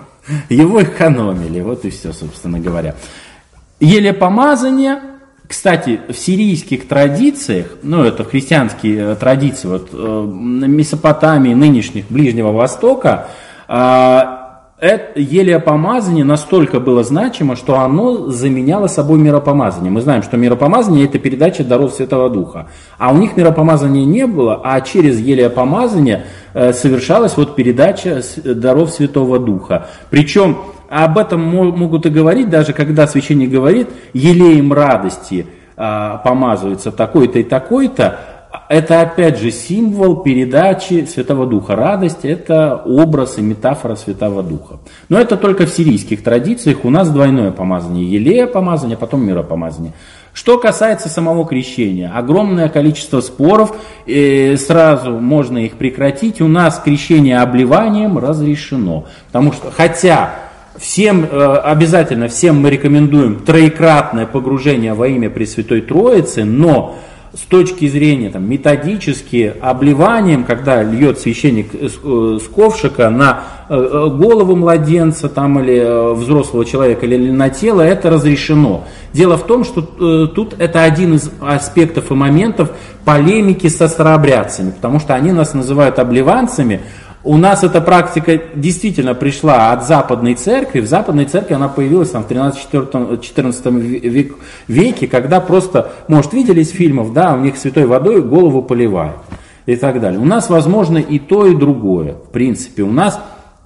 его экономили. Вот и все, собственно говоря. Еле помазание... Кстати, в сирийских традициях, ну это христианские традиции, вот Месопотамии, нынешних Ближнего Востока, елеопомазание настолько было значимо, что оно заменяло собой миропомазание. Мы знаем, что миропомазание – это передача даров Святого Духа. А у них миропомазания не было, а через елеопомазание совершалась вот передача даров Святого Духа. Причем об этом могут и говорить, даже когда священник говорит, елеем радости помазывается такой-то и такой-то. Это опять же символ передачи Святого Духа. Радость – это образ и метафора Святого Духа. Но это только в сирийских традициях. У нас двойное помазание. Елея помазание, а потом миропомазание. Что касается самого крещения, огромное количество споров, и сразу можно их прекратить. У нас крещение обливанием разрешено. Потому что, хотя всем, обязательно всем мы рекомендуем троекратное погружение во имя Пресвятой Троицы, но с точки зрения там, методически обливанием, когда льет священник с ковшика на голову младенца там, или взрослого человека, или на тело, это разрешено. Дело в том, что тут это один из аспектов и моментов полемики со старообрядцами, потому что они нас называют обливанцами. У нас эта практика действительно пришла от Западной Церкви. В Западной Церкви она появилась там, в тринадцатом-четырнадцатом веке, когда просто, может, видели из фильмов, да, у них святой водой голову поливают и так далее. У нас возможно и то, и другое. В принципе, у нас,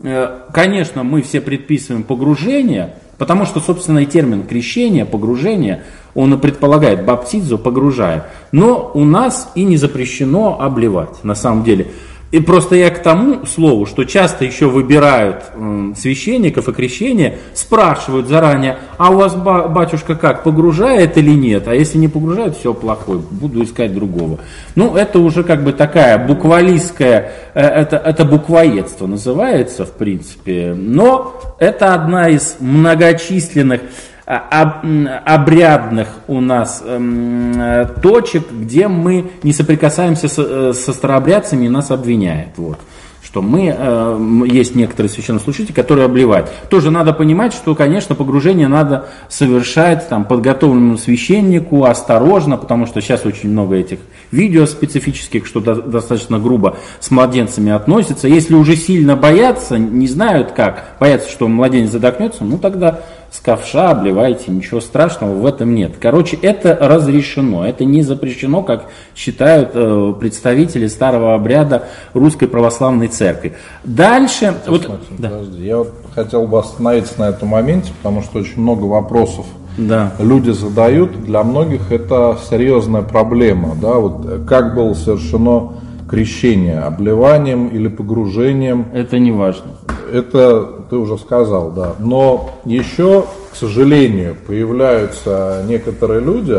конечно, мы все предписываем погружение, потому что, собственно, и термин крещение, погружение, он предполагает баптизу, погружая. Но у нас и не запрещено обливать, на самом деле. И просто я к тому слову, что часто еще выбирают э, священников и крещение, спрашивают заранее, а у вас, батюшка, как, погружает или нет? А если не погружает, все плохое, буду искать другого. Ну, это уже как бы такая буквалистская, э, это, это буквоедство называется, в принципе. Но это одна из многочисленных обрядных у нас э, точек, где мы не соприкасаемся со, со старообрядцами, и нас обвиняют. Вот. Что мы, э, есть некоторые священнослужители, которые обливают. Тоже надо понимать, что, конечно, погружение надо совершать там, подготовленному священнику осторожно, потому что сейчас очень много этих видео специфических, что до, достаточно грубо с младенцами относятся. Если уже сильно боятся, не знают как, боятся, что младенец задохнется, ну тогда с ковша обливайте, ничего страшного в этом нет. Короче, это разрешено, это не запрещено, как считают э, представители старого обряда Русской Православной Церкви. Дальше... Вот, Максим, да. Подожди, я вот хотел бы остановиться на этом моменте, потому что очень много вопросов да. люди задают. Для многих это серьезная проблема. Да? Вот как было совершено крещение, обливанием или погружением? Это не важно. Это ты уже сказал, да. Но еще, к сожалению, появляются некоторые люди,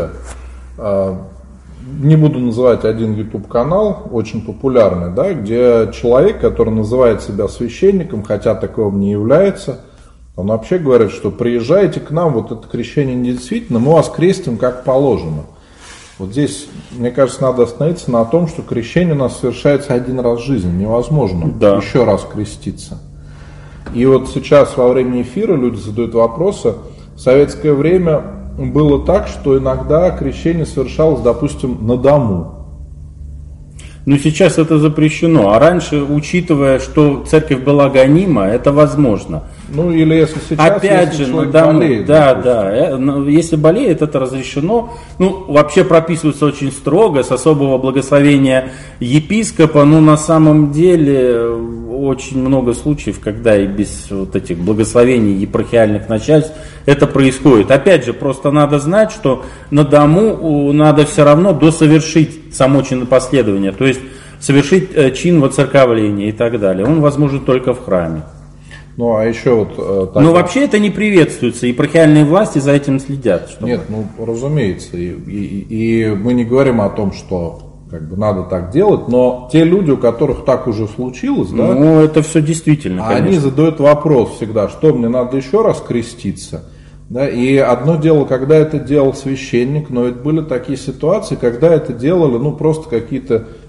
не буду называть один YouTube-канал, очень популярный, да, где человек, который называет себя священником, хотя таковым не является, он вообще говорит, что приезжайте к нам, вот это крещение не действительно, мы вас крестим как положено. Вот здесь, мне кажется, надо остановиться на том, что крещение у нас совершается один раз в жизни, невозможно да. еще раз креститься. И вот сейчас во время эфира люди задают вопросы. В советское время было так, что иногда крещение совершалось, допустим, на дому. Ну, сейчас это запрещено. А раньше, учитывая, что церковь была гонима, это возможно. Ну, или если сейчас, опять если же, человек да, болеет. Да, допустим. да. Если болеет, это разрешено. Ну, вообще прописывается очень строго, с особого благословения епископа. Но на самом деле очень много случаев, когда и без вот этих благословений епархиальных начальств это происходит. Опять же, просто надо знать, что на дому надо все равно досовершить само чинопоследование, то есть совершить чин воцерковления и так далее. Он возможен только в храме. Ну, а еще вот... Так, но вообще это не приветствуется, епархиальные власти за этим следят. Чтобы... Нет, ну, разумеется, и, и, и мы не говорим о том, что как бы надо так делать, но те люди, у которых так уже случилось, да, ну, это все действительно, они конечно. задают вопрос всегда, что мне надо еще раз креститься, да, и одно дело, когда это делал священник, но ведь были такие ситуации, когда это делали, ну, просто какие-то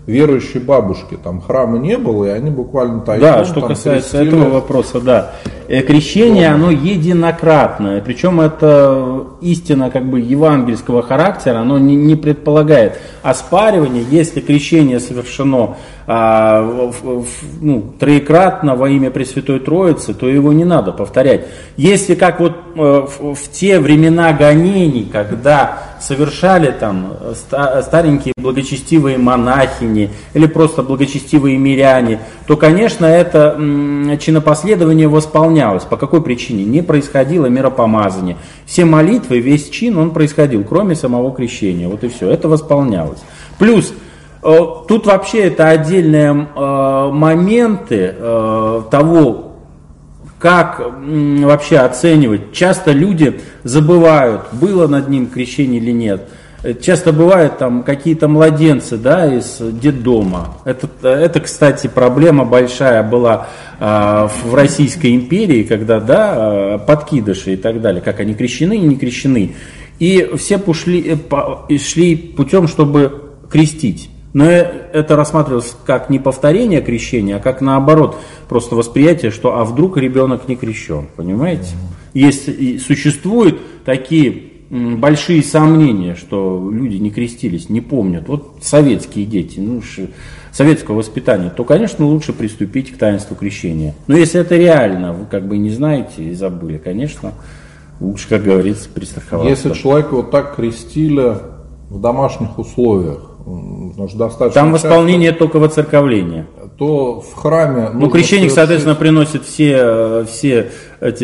верующие бабушки, там храма не было, и они буквально тайком. Да, что касается крестили. Этого вопроса, да. Крещение, оно единократное, причем это истина как бы евангельского характера, оно не, не предполагает оспаривания, если крещение совершено а, в, в, ну, троекратно во имя Пресвятой Троицы, то его не надо повторять. Если как вот в, в те времена гонений, когда совершали там старенькие благочестивые монахини или просто благочестивые миряне, то, конечно, это м, чинопоследование восполнялось. По какой причине? Не происходило миропомазание. Все молитвы, весь чин, он происходил, кроме самого крещения. Вот и все, это восполнялось. Плюс, э, тут вообще это отдельные э, моменты э, того, как м, вообще оценивать. Часто люди забывают, было над ним крещение или нет. Часто бывают там какие-то младенцы, да, из детдома. Это, это, кстати, проблема большая была а, в Российской империи, когда, да, подкидыши и так далее, как они крещены и не крещены. И все пошли, по, шли путем, чтобы крестить. Но это рассматривалось как не повторение крещения, а как наоборот, просто восприятие, что а вдруг ребенок не крещен, понимаете? Есть, существуют такие большие сомнения, что люди не крестились, не помнят. Вот советские дети, ну, советского воспитания, то, конечно, лучше приступить к таинству крещения. Но если это реально, вы как бы не знаете и забыли, конечно, лучше, как говорится, пристраховаться. Если человека вот так крестили в домашних условиях, достаточно там восполнение часто, только воцерковления. То в храме... Ну, крещенник, совершить... соответственно, приносит все, все эти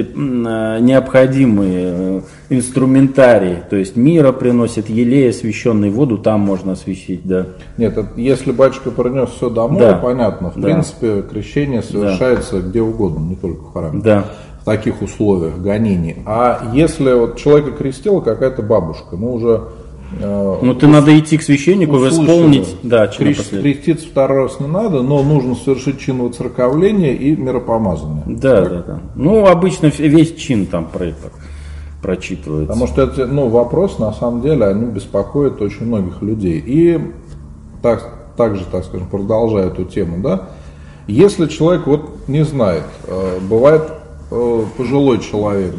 необходимые инструментарии. То есть мира приносит, елей, освященный, воду там можно освящить, да. Нет, если батюшка принес все домой, да. Понятно. В да. принципе, крещение совершается да. где угодно, не только в храме. Да. В таких условиях гонений. А если вот человека крестила какая-то бабушка, мы уже... Ну, ты надо идти к священнику, услышали. Исполнить, да, креститься второй раз не надо, но нужно совершить чин воцерковления и миропомазания. Да, так. да, да. Ну, обычно весь чин там про это прочитывается. Потому что это, ну, вопрос, на самом деле, они беспокоят очень многих людей. И так, также, так скажем, продолжая эту тему, да, если человек вот не знает, бывает пожилой человек,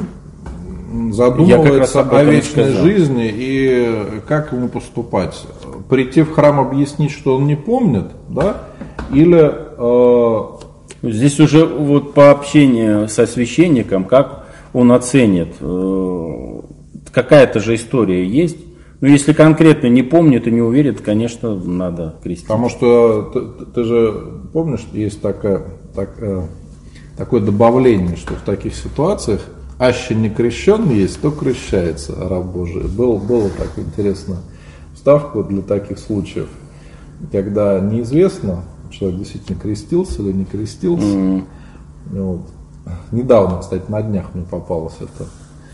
задумывается о вечной сказал. жизни и как ему поступать. Прийти в храм объяснить, что он не помнит, да? Или... Э... Здесь уже вот по общению со священником, как он оценит. Какая-то же история есть. Но если конкретно не помнит и не уверен, конечно, надо крестить. Потому что ты, ты же помнишь, есть такая, так, такое добавление, что в таких ситуациях аще не крещен есть, то крещается раб Божий. Было, было так интересно вставка для таких случаев, когда неизвестно, человек действительно крестился или не крестился. Mm-hmm. Вот. Недавно, кстати, на днях мне попалось это,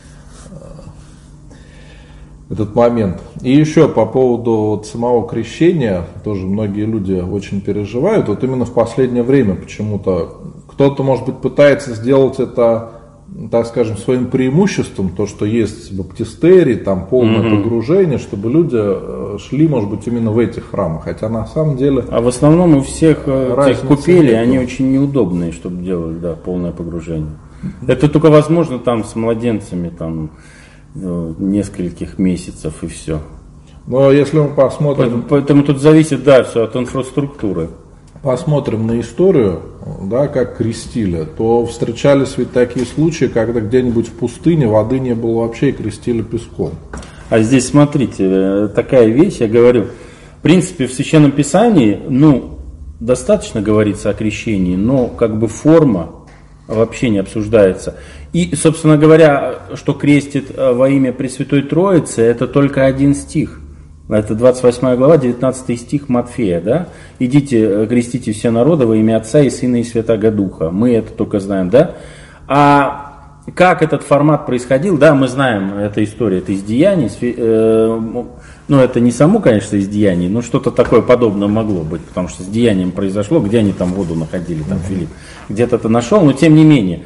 этот момент. И еще по поводу вот самого крещения, тоже многие люди очень переживают. Вот именно в последнее время почему-то кто-то, может быть, пытается сделать это, так скажем, своим преимуществом, то, что есть баптистерий, там полное mm-hmm. погружение, чтобы люди шли, может быть, именно в этих храмах. Хотя на самом деле... А в основном у всех этих купели, они очень неудобные, чтобы делать, да, полное погружение. Mm-hmm. Это только возможно там с младенцами, там, нескольких месяцев и все. Но если мы посмотрим... Поэтому, поэтому тут зависит, да, все от инфраструктуры. Посмотрим на историю, да, как крестили, то встречались ведь такие случаи, когда где-нибудь в пустыне воды не было вообще и крестили песком. А здесь, смотрите, такая вещь, я говорю, в принципе, в Священном Писании, ну, достаточно говорится о крещении, но как бы форма вообще не обсуждается. И, собственно говоря, что крестит во имя Пресвятой Троицы, это только один стих. Это двадцать восьмая глава, девятнадцатый стих Матфея, да? «Идите, крестите все народы во имя Отца и Сына и Святаго Духа». Мы это только знаем, да? А как этот формат происходил, да, мы знаем, эта история, это из Деяний. Ну, это не само, конечно, из Деяний, но что-то такое подобное могло быть, потому что с Деянием произошло, где они там воду находили, там Филипп где-то это нашел, но тем не менее.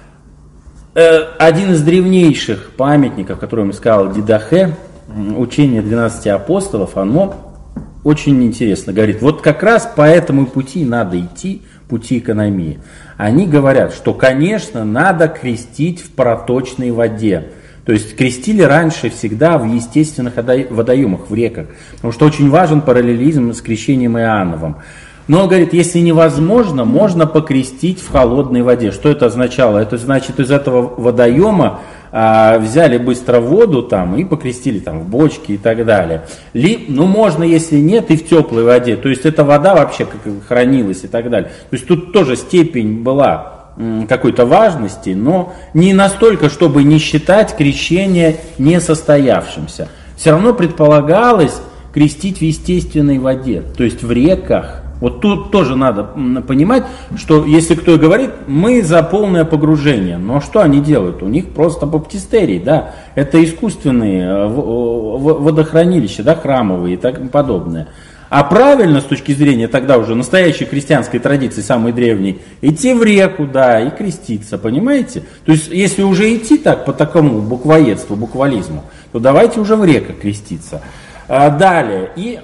Один из древнейших памятников, который он искал, Дидахе, учение двенадцати апостолов, оно очень интересно, говорит, вот как раз по этому пути надо идти, пути экономии. Они говорят, что, конечно, надо крестить в проточной воде. То есть крестили раньше всегда в естественных водоемах, в реках, потому что очень важен параллелизм с крещением Иоанновым. Но он говорит, если невозможно, можно покрестить в холодной воде. Что это означало? Это значит, из этого водоема а, взяли быстро воду там и покрестили там в бочке и так далее. Ли, ну можно, если нет, и в теплой воде. То есть эта вода вообще как хранилась и так далее. То есть тут тоже степень была м, какой-то важности, но не настолько, чтобы не считать крещение несостоявшимся. Все равно предполагалось крестить в естественной воде, то есть в реках. Вот тут тоже надо понимать, что если кто и говорит, мы за полное погружение, но что они делают? У них просто баптистерий, да, это искусственные водохранилища, да, храмовые и так подобное. А правильно, с точки зрения тогда уже настоящей христианской традиции, самой древней, идти в реку, да, и креститься, понимаете? То есть, если уже идти так, по такому буквоедству, буквализму, то давайте уже в реках креститься. Далее, и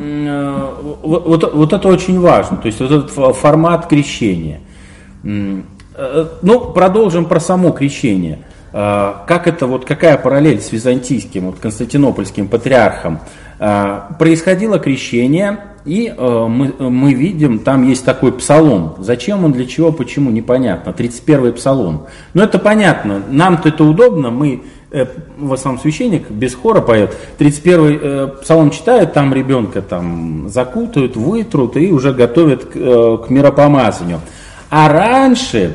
вот, вот, вот это очень важно, то есть вот этот формат крещения. Ну, продолжим про само крещение. Как это, вот какая параллель с византийским, вот, константинопольским патриархом? Происходило крещение, и мы, мы видим, там есть такой псалом. Зачем он, для чего, почему, непонятно. тридцать первый псалом. Но это понятно, нам-то это удобно, мы... в основном священник без хора поет, тридцать первый э, псалом читают, там ребенка там закутают, вытрут и уже готовят к, э, к миропомазанию. А раньше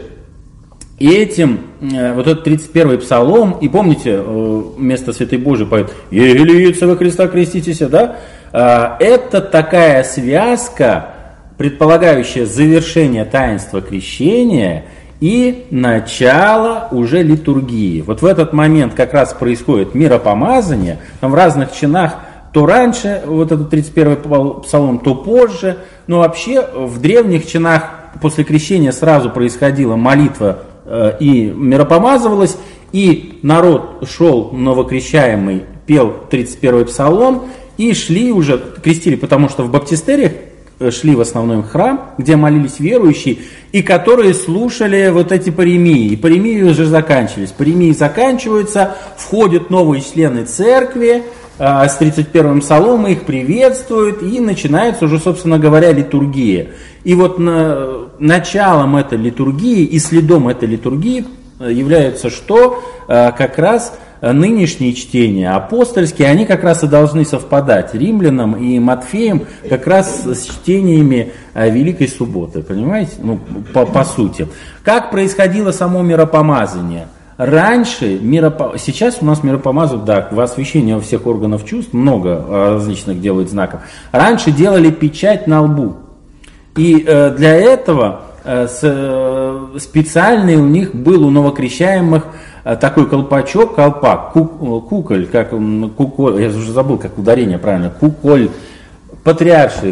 этим, э, вот этот тридцать первый псалом, и помните, э, вместо Святой Божией поет «Елица во Христа креститесь», да? Э, это такая связка, предполагающая завершение таинства крещения и начало уже литургии. Вот в этот момент как раз происходит миропомазание, там в разных чинах, то раньше, вот этот тридцать первый псалом, то позже, но вообще в древних чинах после крещения сразу происходила молитва э, и миропомазывалась, и народ шел новокрещаемый, пел тридцать первый псалом, и шли уже, крестили, потому что в баптистериях шли в основной храм, где молились верующие, и которые слушали вот эти паремии. И паремии уже заканчивались. Паремии заканчиваются, входят новые члены церкви, э, с тридцать первым псаломом их приветствуют, и начинается уже, собственно говоря, литургия. И вот на, началом этой литургии и следом этой литургии является что? Э, как раз нынешние чтения апостольские, они как раз и должны совпадать Римлянам и Матфеем как раз с чтениями Великой Субботы, понимаете, ну, по, по сути. Как происходило само миропомазание? Раньше, миропо... сейчас у нас миропомазывают, да, в освящении во всех органов чувств, много различных делают знаков. Раньше делали печать на лбу, и э, для этого э, с, э, специальный у них был у новокрещаемых такой колпачок, колпак, кук, куколь, как куколь, я уже забыл, как ударение правильно, куколь, патриарший,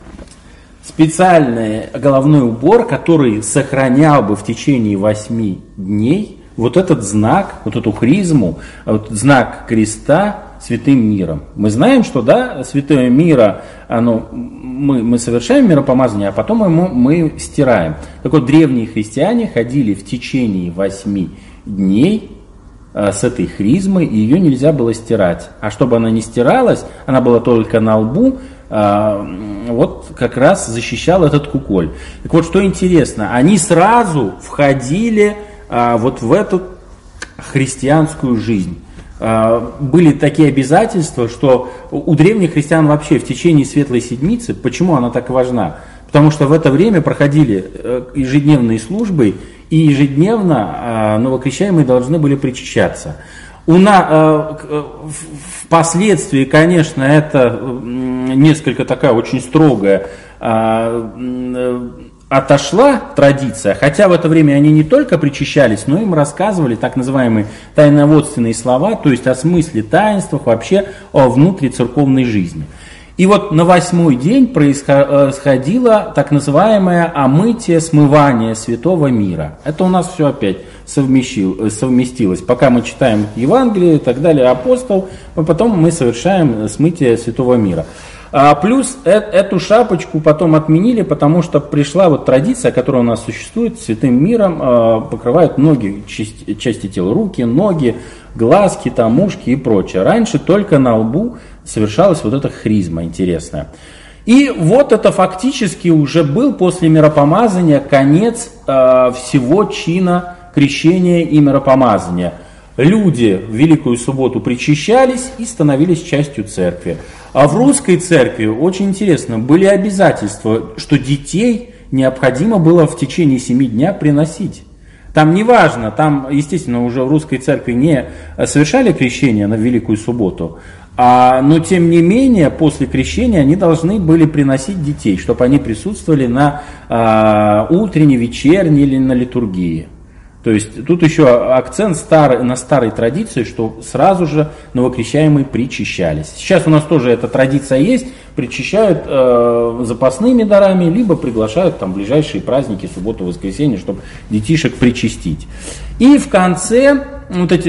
специальный головной убор, который сохранял бы в течение восьми дней вот этот знак, вот эту хризму, вот знак креста святым миром. Мы знаем, что да, святое мира, оно, мы, мы совершаем миропомазание, а потом ему мы стираем. Так вот, древние христиане ходили в течение восьми дней э, с этой хризмой, и ее нельзя было стирать. А чтобы она не стиралась, она была только на лбу, э, вот как раз защищал этот куколь. Так вот, что интересно, они сразу входили э, вот в эту христианскую жизнь. Э, были такие обязательства, что у древних христиан вообще в течение Светлой Седмицы, почему она так важна? Потому что в это время проходили э, ежедневные службы, и ежедневно э, новокрещаемые должны были причащаться. У на, э, впоследствии, конечно, это несколько такая очень строгая э, э, отошла традиция, хотя в это время они не только причащались, но им рассказывали так называемые тайноводственные слова, то есть о смысле таинствах, вообще о внутрицерковной жизни. И вот на восьмой день происходило так называемое омытие, смывание святого мира. Это у нас все опять совместилось. Пока мы читаем Евангелие и так далее, апостол, а потом мы совершаем смытие святого мира. А плюс э, эту шапочку потом отменили, потому что пришла вот традиция, которая у нас существует, святым миром э, покрывают многие части, части тела, руки, ноги, глазки, там, ушки и прочее. Раньше только на лбу совершалась вот эта хризма интересная. И вот это фактически уже был после миропомазания конец э, всего чина крещения и миропомазания. Люди в Великую Субботу причащались и становились частью церкви. А в русской церкви, очень интересно, были обязательства, что детей необходимо было в течение семи дней приносить. Там не важно, там, естественно, уже в русской церкви не совершали крещение на Великую Субботу, а, но тем не менее после крещения они должны были приносить детей, чтобы они присутствовали на а, утренней, вечерней или на литургии. То есть тут еще акцент старый, на старой традиции, что сразу же новокрещаемые причащались. Сейчас у нас тоже эта традиция есть, причащают э, запасными дарами, либо приглашают там ближайшие праздники, субботу, воскресенье, чтобы детишек причастить. И в конце вот эти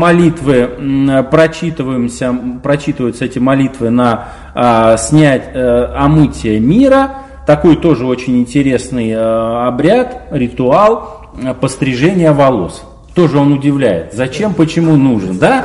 молитвы прочитываемся, прочитываются эти молитвы на э, снять э, омытие мира. Такой тоже очень интересный э, обряд, ритуал. Пострижение волос. Тоже он удивляет. Зачем, почему нужен, да?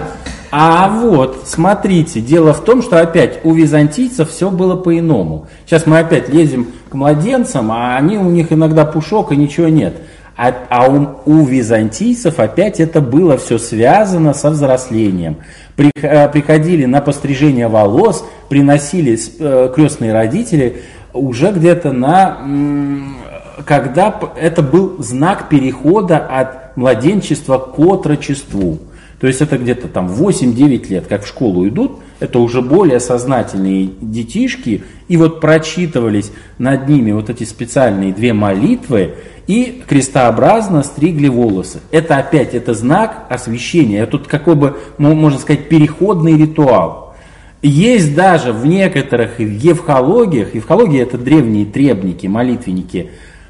А вот, смотрите, дело в том, что опять у византийцев все было по-иному. Сейчас мы опять лезем к младенцам, а они, у них иногда пушок и ничего нет. А, а у, у византийцев опять это было все связано со взрослением. При, приходили на пострижение волос, приносили э, крестные родители уже где-то на... когда это был знак перехода от младенчества к отрочеству. То есть это где-то там восемь-девять лет, как в школу идут, это уже более сознательные детишки, и вот прочитывались над ними вот эти специальные две молитвы, и крестообразно стригли волосы. Это опять, это знак освящения, это тут какой бы, можно сказать, переходный ритуал. Есть даже в некоторых евхологиях, евхология это древние требники, молитвенники.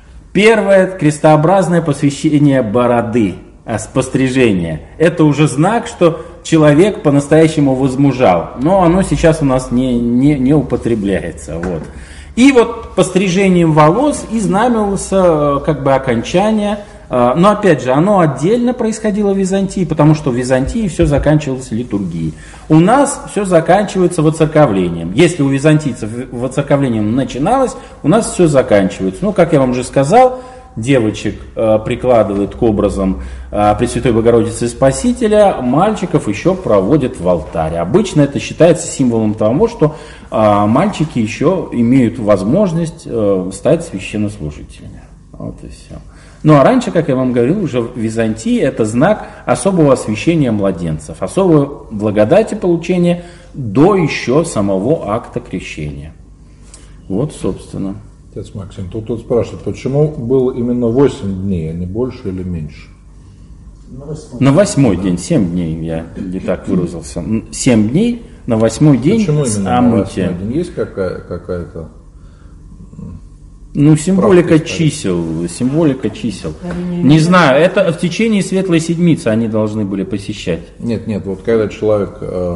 Первое крестообразное посвящение бороды, пострижение. Это уже знак, что человек по-настоящему возмужал. Но оно сейчас у нас не, не, не употребляется. Вот. И вот пострижением волос и знаменовался как бы окончание. Но опять же, оно отдельно происходило в Византии, потому что в Византии все заканчивалось литургией. У нас все заканчивается воцерковлением. Если у византийцев воцерковлением начиналось, у нас все заканчивается. Ну, как я вам уже сказал, девочек э, прикладывают к образам э, Пресвятой Богородицы Спасителя, мальчиков еще проводят в алтарь. Обычно это считается символом того, что э, мальчики еще имеют возможность э, стать священнослужителями. Вот и все. Ну а раньше, как я вам говорил, уже в Византии это знак особого освящения младенцев, особой благодати получения до еще самого акта крещения. Вот, собственно. Отец Максим, тут, тут спрашивают, почему было именно восемь дней, а не больше или меньше? На восьмой, на восьмой день, семь дней, я не так выразился. семь дней, на восьмой день почему именно омытие. На восьмой день? Есть какая, какая-то... Ну, символика чисел, символика чисел. Не знаю, это в течение Светлой Седмицы они должны были посещать. Нет, нет, вот когда человек э,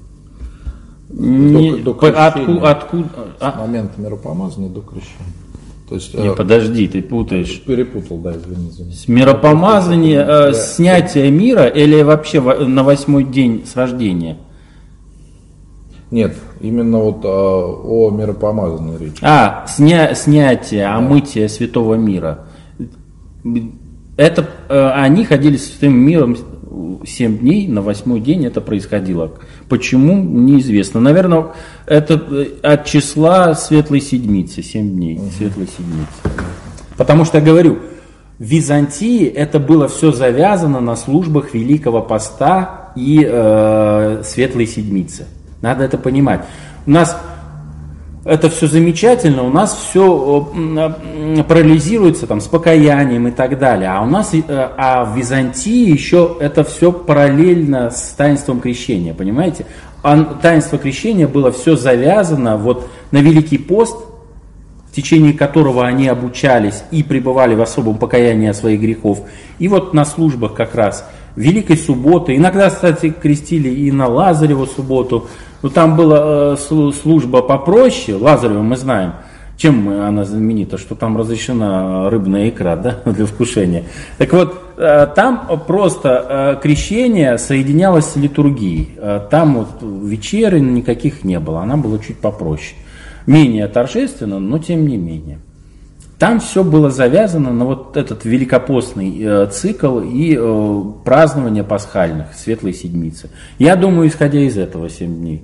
Не, до, до крещения, откуда, откуда, с а? момента миропомазания до крещения. То есть, не, э, подожди, ты путаешь. Перепутал, да, извини. извини. С миропомазания, э, снятие мира или вообще на восьмой день с рождения? Нет, именно вот а, о миропомазании речь. А, сня, снятие, да. Омытие святого мира. Это они ходили с святым миром семь дней, на восьмой день это происходило. Почему, неизвестно. Наверное, это от числа Светлой Седмицы, семь дней, угу. Светлой Седмицы. Потому что я говорю, в Византии это было все завязано на службах Великого Поста и э, Светлой Седмицы. Надо это понимать. У нас это все замечательно, у нас все парализируется там, с покаянием и так далее. А у нас, а в Византии еще это все параллельно с таинством крещения, понимаете? А таинство крещения было все завязано вот на Великий пост, в течение которого они обучались и пребывали в особом покаянии от своих грехов. И вот на службах как раз Великой Субботы. Иногда, кстати, крестили и на Лазареву субботу. Но там была э, служба попроще, Лазарева мы знаем. Чем она знаменита? Что там разрешена рыбная икра, да, для вкушения. Так вот, э, там просто э, крещение соединялось с литургией. Э, там вот вечеры никаких не было, она была чуть попроще. Менее торжественно, но тем не менее. Там все было завязано на вот этот великопостный э, цикл и э, празднование пасхальных, Светлой Седмицы. Я думаю, исходя из этого, семь дней.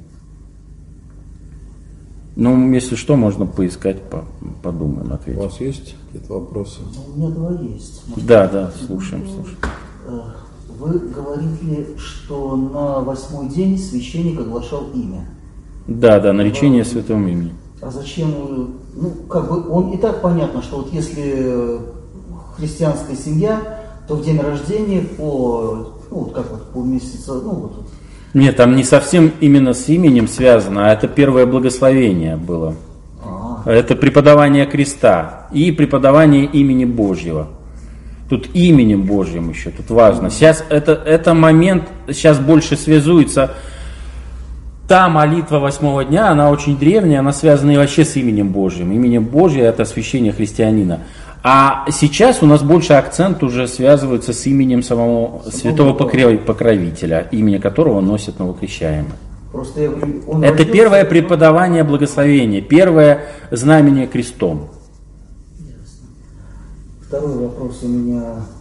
Ну, если что, можно поискать, подумаем, ответим. У вас есть какие-то вопросы? У меня два есть. Может, да, да, слушаем, слушаем. Вы говорите, что на восьмой день священник оглашал имя. Да, да, наречение святого имени. А зачем, ну, как бы, он и так понятно, что вот если христианская семья, то в день рождения по, ну, вот как вот по месяцу, ну, вот. Нет, там не совсем именно с именем связано, а это первое благословение было. А-а-а. Это преподавание креста и преподавание имени Божьего. Тут именем Божьим еще, тут важно. Сейчас это, это момент, сейчас больше связуется. Та молитва восьмого дня, она очень древняя, она связана и вообще с именем Божьим. Именем Божьим это освящение христианина. А сейчас у нас больше акцент уже связывается с именем самого святого покровителя, имя которого носит новокрещаемый. Просто я говорю, он это родился, первое преподавание благословения, первое знамение крестом. Ясно. Второй вопрос у меня.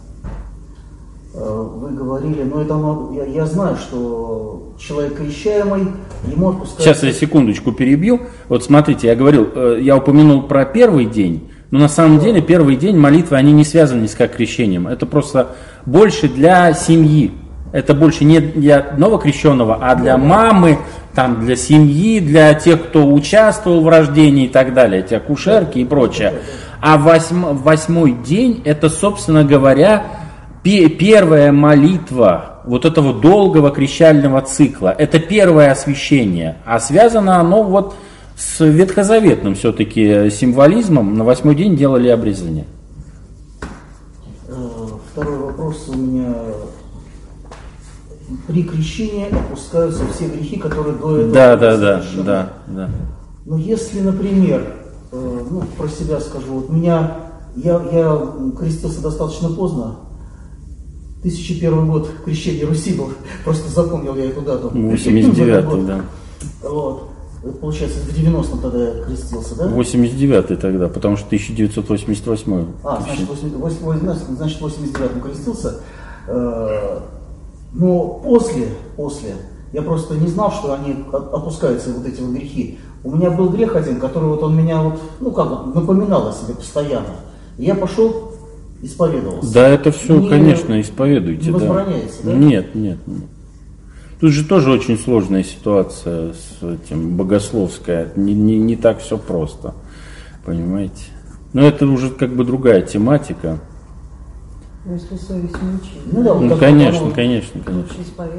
Вы говорили, но это я, я знаю, что человек крещаемый, ему отпускают... Сейчас я секундочку перебью. Вот смотрите, я говорил, я упомянул про первый день, но на самом деле первый день молитвы, они не связаны с как крещением. Это просто больше для семьи. Это больше не для новокрещенного, а для мамы, там, для семьи, для тех, кто участвовал в рождении и так далее, эти акушерки и прочее. А восьм, восьмой день, это, собственно говоря, первая молитва вот этого долгого крещального цикла. Это первое освящение. А связано оно вот с ветхозаветным все-таки символизмом. На восьмой день делали обрезание. Второй вопрос у меня. При крещении опускаются все грехи, которые до этого... Да, да, да, да, да. Но если, например, ну, про себя скажу, вот меня, я, я крестился достаточно поздно, тысяча первый год крещения Руси был, просто запомнил я эту дату. восемьдесят девятый, да. Вот. Получается, в девяностом тогда я крестился, да? восемьдесят девятый тогда, потому что тысяча девятьсот восемьдесят восьмой. А, значит, в восемьдесят девятом крестился. Но после, после, я просто не знал, что они опускаются, вот эти вот грехи. У меня был грех один, который вот он меня вот, ну как вот, напоминал о себе постоянно. И я пошел, исповедовался. Да, это все, не, конечно, исповедуйте. Не возбраняется, да? да? Нет, нет, нет. Тут же тоже очень сложная ситуация с этим, богословская. Не, не, не так все просто, понимаете. Но это уже как бы другая тематика. Ну, если совесть мучает. Ну, да, вот ну конечно, оно, конечно, конечно.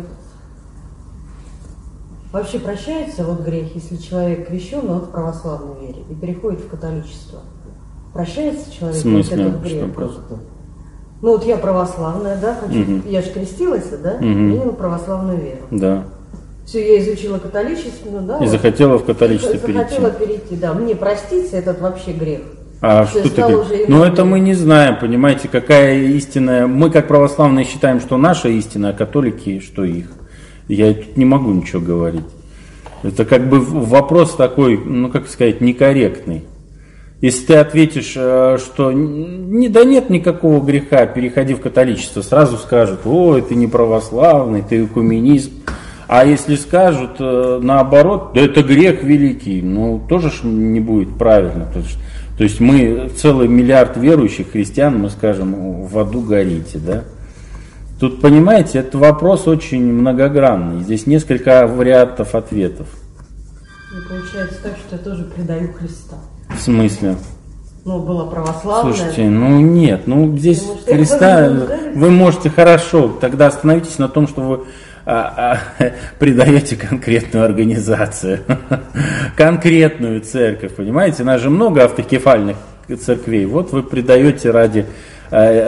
Вообще прощается вот грех, если человек крещен вот в православной вере и переходит в католичество? Прощается человек в смысле, вот этот грех? Что ну вот я православная, да, хочу, угу. я же крестилась, да, угу. приняла православную веру. Да. Все, я изучила католичество, да. И вот, захотела в католичество перейти. Захотела перейти, да. Мне простится этот вообще грех. А что, что ты? Ну это мы не знаем, понимаете, какая истинная. Мы как православные считаем, что наша истина, а католики, что их. Я тут не могу ничего говорить. Это как бы вопрос такой, ну как сказать, некорректный. Если ты ответишь, что не, да нет никакого греха, переходи в католичество, сразу скажут, ой, ты не православный, ты экуменизм. А если скажут наоборот, да это грех великий, ну тоже ж не будет правильно. То есть мы, целый миллиард верующих христиан, мы скажем, в аду горите, да? Тут, понимаете, это вопрос очень многогранный. Здесь несколько вариантов ответов. И получается так, что я тоже предаю Христа. В смысле? Ну, была православная. Слушайте, ну нет, ну здесь Потому Христа, вы можете хорошо, тогда остановитесь на том, что вы а, а, предаете конкретную организацию, конкретную церковь, понимаете? У нас же много автокефальных церквей. Вот вы предаете ради а, а,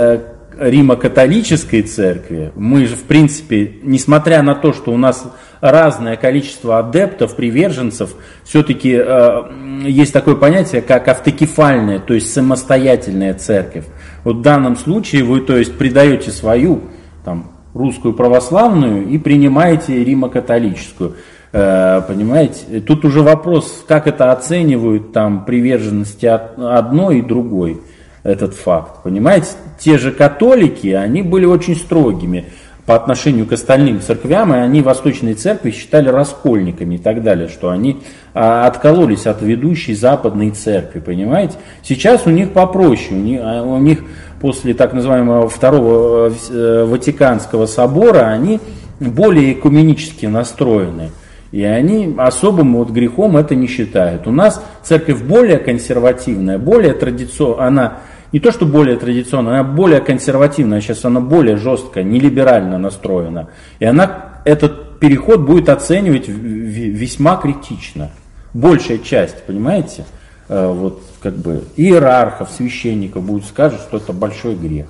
Римо-католической церкви, мы же, в принципе, несмотря на то, что у нас разное количество адептов, приверженцев, все-таки э, есть такое понятие, как автокефальная, то есть самостоятельная церковь. Вот в данном случае вы, то есть, предаете свою там, русскую православную и принимаете римо-католическую. Э, понимаете? Тут уже вопрос, как это оценивают там, приверженности от одной и другой. Этот факт, понимаете, те же католики, они были очень строгими по отношению к остальным церквям, и они восточные церкви считали раскольниками и так далее, что они а, откололись от ведущей западной церкви, понимаете. Сейчас у них попроще, у них, у них после так называемого Второго Ватиканского собора они более экуменически настроены. И они особым вот грехом это не считают. У нас церковь более консервативная, более традиционная, она не то что более традиционная, она более консервативная, сейчас она более жесткая, нелиберально настроена. И она этот переход будет оценивать весьма критично. Большая часть, понимаете, вот как бы иерархов, священников будет скажут, что это большой грех.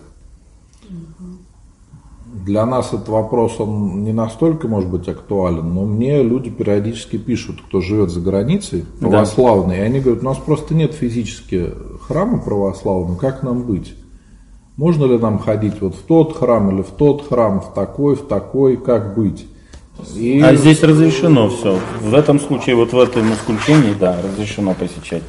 Для нас этот вопрос, он не настолько, может быть, актуален, но мне люди периодически пишут, кто живет за границей, православные, да. И они говорят, у нас просто нет физически храма православного, как нам быть? Можно ли нам ходить вот в тот храм или в тот храм, в такой, в такой, как быть? И... А здесь разрешено все. В этом случае, вот в этом исключении, да, разрешено посещать.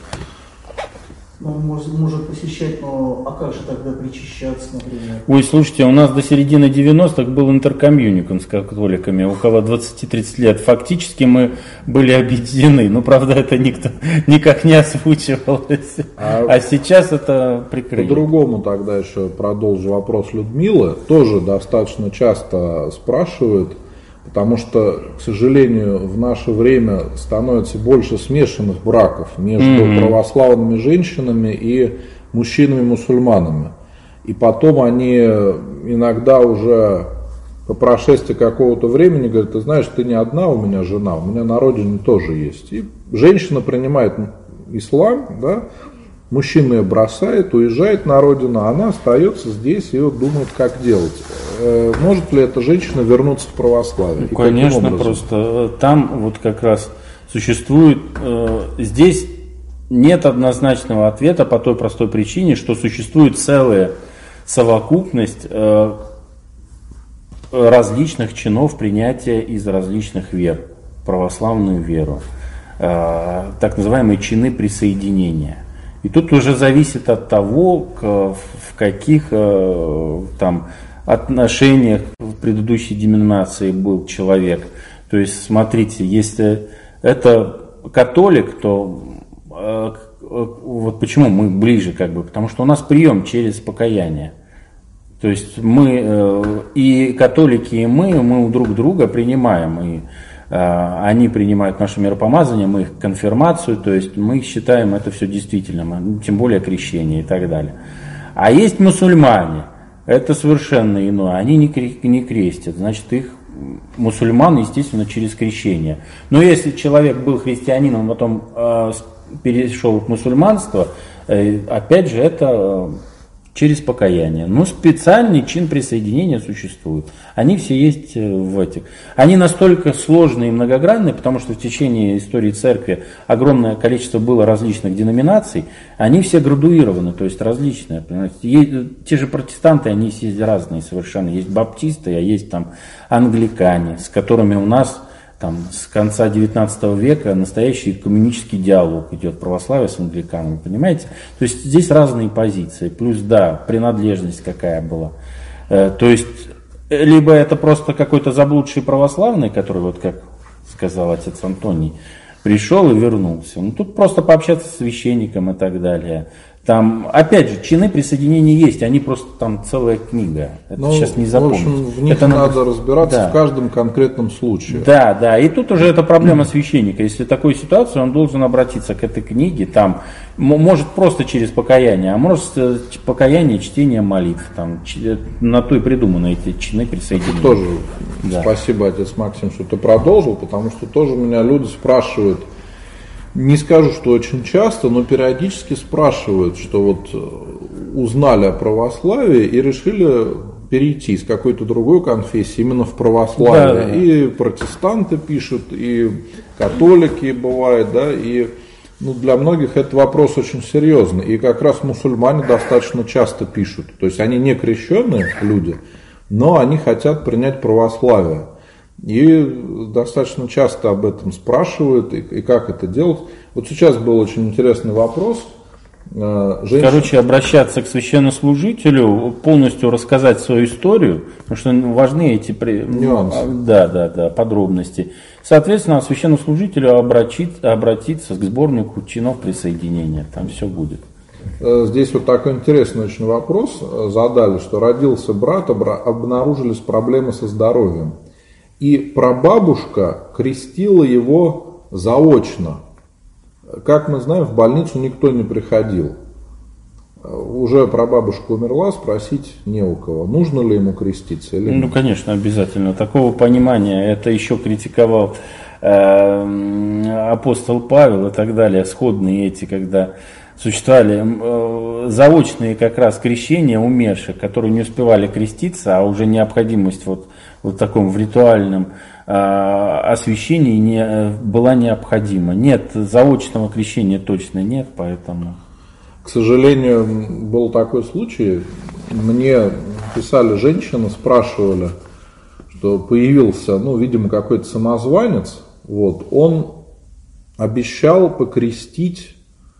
Ну, может, может посещать, но а как же тогда причащаться, например? Ой, слушайте, у нас до середины девяностых был интеркомьюникум с католиками, около двадцать-тридцать лет. Фактически мы были объединены, но, правда, это никто никак не озвучивалось. А, а сейчас это прикрыли. По-другому тогда еще продолжу вопрос Людмилы. Тоже достаточно часто спрашивают, потому что, к сожалению, в наше время становится больше смешанных браков между mm-hmm. православными женщинами и мужчинами-мусульманами. И потом они иногда уже по прошествии какого-то времени говорят, ты знаешь, ты не одна у меня жена, у меня на родине тоже есть. И женщина принимает ислам, да, мужчина ее бросает, уезжает на родину, а она остается здесь и вот думает, как делать. Может ли эта женщина вернуться в православие? Ну, конечно, просто там вот как раз существует, э, здесь нет однозначного ответа по той простой причине, что существует целая совокупность э, различных чинов принятия из различных вер, православную веру, э, так называемые чины присоединения. И тут уже зависит от того, в каких э, там отношениях в предыдущей деноминации был человек. То есть, смотрите, если это католик, то э, вот почему мы ближе, как бы, потому что у нас прием через покаяние. То есть мы э, и католики, и мы, мы у друг друга принимаем, и э, они принимают наше миропомазание, мы их конфирмацию, то есть мы считаем это все действительным, тем более крещение и так далее. А есть мусульмане. Это совершенно иное. Они не крестят, значит, их мусульман, естественно, через крещение. Но если человек был христианином, потом э, перешел к мусульманству, э, опять же, это э, через покаяние. Но специальный чин присоединения существует. Они все есть в этих. Они настолько сложные и многогранные, потому что в течение истории церкви огромное количество было различных деноминаций. Они все градуированы, то есть различные. Есть, те же протестанты, они есть разные совершенно. Есть баптисты, а есть там англикане, с которыми у нас там, с конца девятнадцатого века настоящий экуменический диалог идет православие с англиканами, понимаете? То есть здесь разные позиции, плюс, да, принадлежность какая была. Э, то есть, либо это просто какой-то заблудший православный, который, вот как сказал отец Антоний, пришел и вернулся. Ну, тут просто пообщаться с священником и так далее. Там, опять же, чины присоединения есть, они просто там целая книга. Это ну, сейчас не запомнить. В общем, в них это надо, надо разбираться да. в каждом конкретном случае. Да, да. И тут уже это проблема священника. Если такую ситуацию, он должен обратиться к этой книге. Там, может просто через покаяние, а может покаяние, чтение молитв. Там, на то и придуманы эти чины присоединения. Это тоже да. Спасибо, отец Максим, что ты продолжил, потому что тоже меня люди спрашивают. Не скажу, что очень часто, но периодически спрашивают, что вот узнали о православии и решили перейти из какой-то другой конфессии именно в православие. Да, да. И протестанты пишут, и католики бывает, да, и ну, для многих этот вопрос очень серьезный. И как раз мусульмане достаточно часто пишут. То есть они не крещенные люди, но они хотят принять православие. И достаточно часто об этом спрашивают, и, и как это делать. Вот сейчас был очень интересный вопрос. Женщина... Короче, обращаться к священнослужителю, полностью рассказать свою историю, потому что важны эти нюансы. Да, да, да, подробности. Соответственно, священнослужителю обратиться, обратиться к сборнику чинов присоединения, там все будет. Здесь вот такой интересный очень вопрос задали, что родился брат, обнаружились проблемы со здоровьем. И прабабушка крестила его заочно. Как мы знаем, в больницу никто не приходил. Уже прабабушка умерла, спросить не у кого. Нужно ли ему креститься или нет? Ну, конечно, обязательно. Такого понимания, это еще критиковал э, апостол Павел и так далее, сходные эти, когда существовали э, заочные как раз крещения умерших, которые не успевали креститься, а уже необходимость вот, вот в таком в ритуальном э, освящении не, была необходима. Нет, заочного крещения точно нет, поэтому... К сожалению, был такой случай, мне писали женщины, спрашивали, что появился, ну, видимо, какой-то самозванец, вот, он обещал покрестить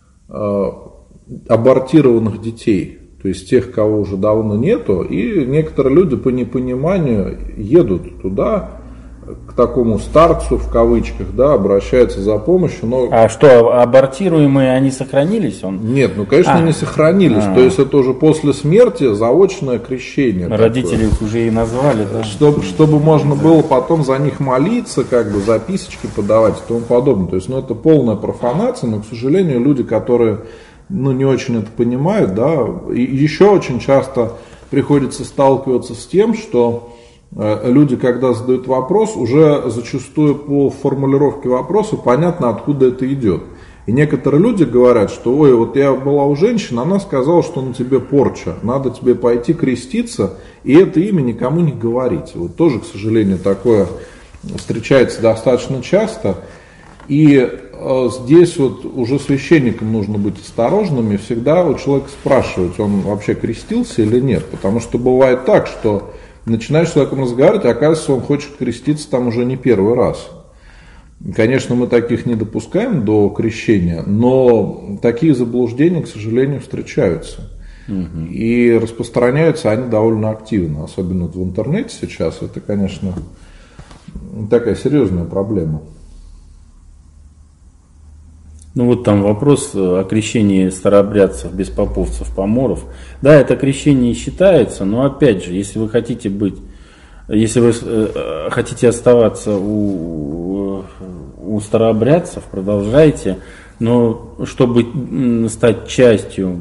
э, абортированных детей, то есть тех, кого уже давно нету, и некоторые люди по непониманию едут туда, к такому старцу, в кавычках, да, обращаются за помощью. Но... А что, абортируемые, они сохранились? Он... Нет, ну, конечно, а. не сохранились. А. То есть это уже после смерти заочное крещение. Родители их уже и назвали, да? Чтобы, чтобы можно да. было потом за них молиться, как бы записочки подавать и тому подобное. То есть, ну, это полная профанация, но, к сожалению, люди, которые, ну, не очень это понимают, да, и еще очень часто приходится сталкиваться с тем, что люди, когда задают вопрос, уже зачастую по формулировке вопроса понятно, откуда это идет. И некоторые люди говорят, что ой, вот я была у женщины, она сказала, что на тебе порча, надо тебе пойти креститься, и это имя никому не говорить. Вот тоже, к сожалению, такое встречается достаточно часто. И здесь вот уже священникам нужно быть осторожными, всегда у человека спрашивать, он вообще крестился или нет. Потому что бывает так, что начинаешь с человеком разговаривать, а оказывается, он хочет креститься там уже не первый раз. Конечно, мы таких не допускаем до крещения, но такие заблуждения, к сожалению, встречаются. Угу. И распространяются они довольно активно, особенно в интернете сейчас. Это, конечно, такая серьезная проблема. Ну вот там вопрос о крещении старообрядцев, беспоповцев, поморов. Да, это крещение считается, но опять же, если вы хотите быть, если вы э, хотите оставаться у, у старообрядцев, продолжайте, но чтобы стать частью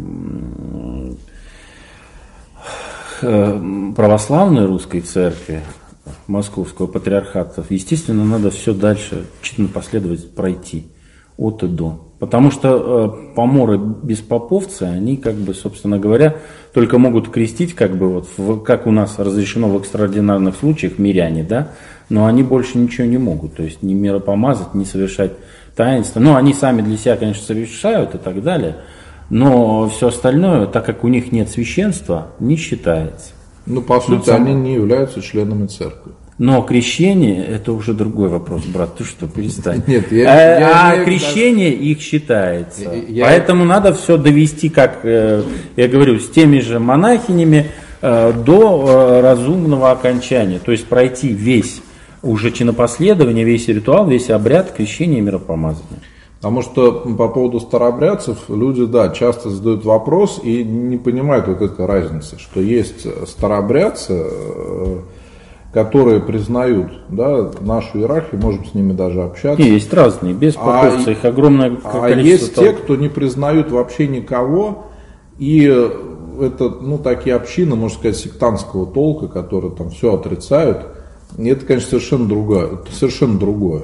православной русской церкви, Московского патриархата, естественно, надо все дальше последовательно пройти. От и до. Потому что э, поморы беспоповцы, они, как бы, собственно говоря, только могут крестить, как бы, вот, в, как у нас разрешено в экстраординарных случаях, миряне, да, но они больше ничего не могут, то есть ни миропомазать, ни совершать таинство. Ну, они сами для себя, конечно, совершают и так далее, но все остальное, так как у них нет священства, не считается. Ну, по сути, сам... они не являются членами церкви. Но крещение, это уже другой вопрос, брат, ты что, перестань. Нет, я, а я, а я, крещение я, их считается. Я, Поэтому я... надо все довести, как я говорю, с теми же монахинями до разумного окончания. То есть пройти весь уже чинопоследование, весь ритуал, весь обряд крещения и миропомазания. Потому что по поводу старообрядцев люди, да, часто задают вопрос и не понимают вот этой разницы, что есть старообрядцы, которые признают, да, нашу иерархию, можем с ними даже общаться. И есть разные, беспоповцы, а, их огромное количество. А есть те, кто не признают вообще никого, и это, ну, такие общины, можно сказать, сектантского толка, которые там все отрицают. И это, конечно, совершенно другое. Это совершенно другое.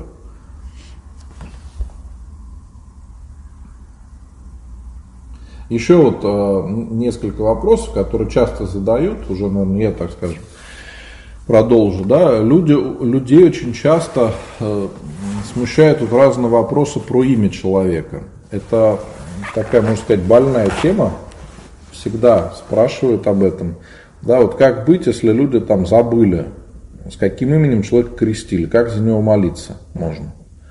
Еще вот э, несколько вопросов, которые часто задают, уже, наверное, я, так скажем, продолжу. Да? Люди, людей очень часто э, смущают вот разные вопросы про имя человека. Это такая, можно сказать, больная тема. Всегда спрашивают об этом. Да, вот как быть, если люди там забыли, с каким именем человека крестили, как за него молиться можно?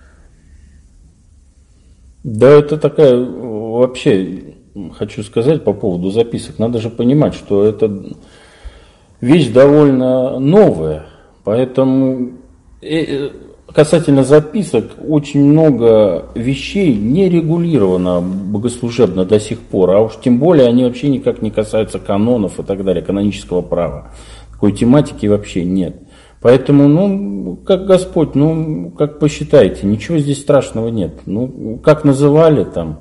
Да, это такая, вообще, хочу сказать по поводу записок, надо же понимать, что это вещь довольно новая, поэтому касательно записок очень много вещей не регулировано богослужебно до сих пор, а уж тем более они вообще никак не касаются канонов и так далее, канонического права. Такой тематики вообще нет. Поэтому, ну, как Господь, ну, как посчитаете, ничего здесь страшного нет. Ну, как называли там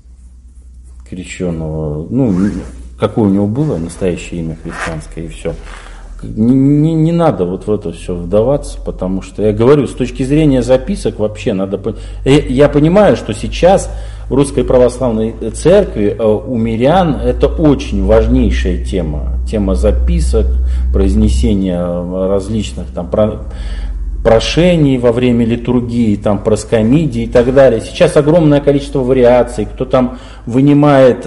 крещенного, ну, какое у него было настоящее имя христианское, и все. Не, не, не надо вот в это все вдаваться, потому что, я говорю, с точки зрения записок вообще надо... Я понимаю, что сейчас в Русской Православной Церкви у мирян это очень важнейшая тема. Тема записок, произнесения различных там прошений во время литургии, там, проскомидии и так далее. Сейчас огромное количество вариаций, кто там вынимает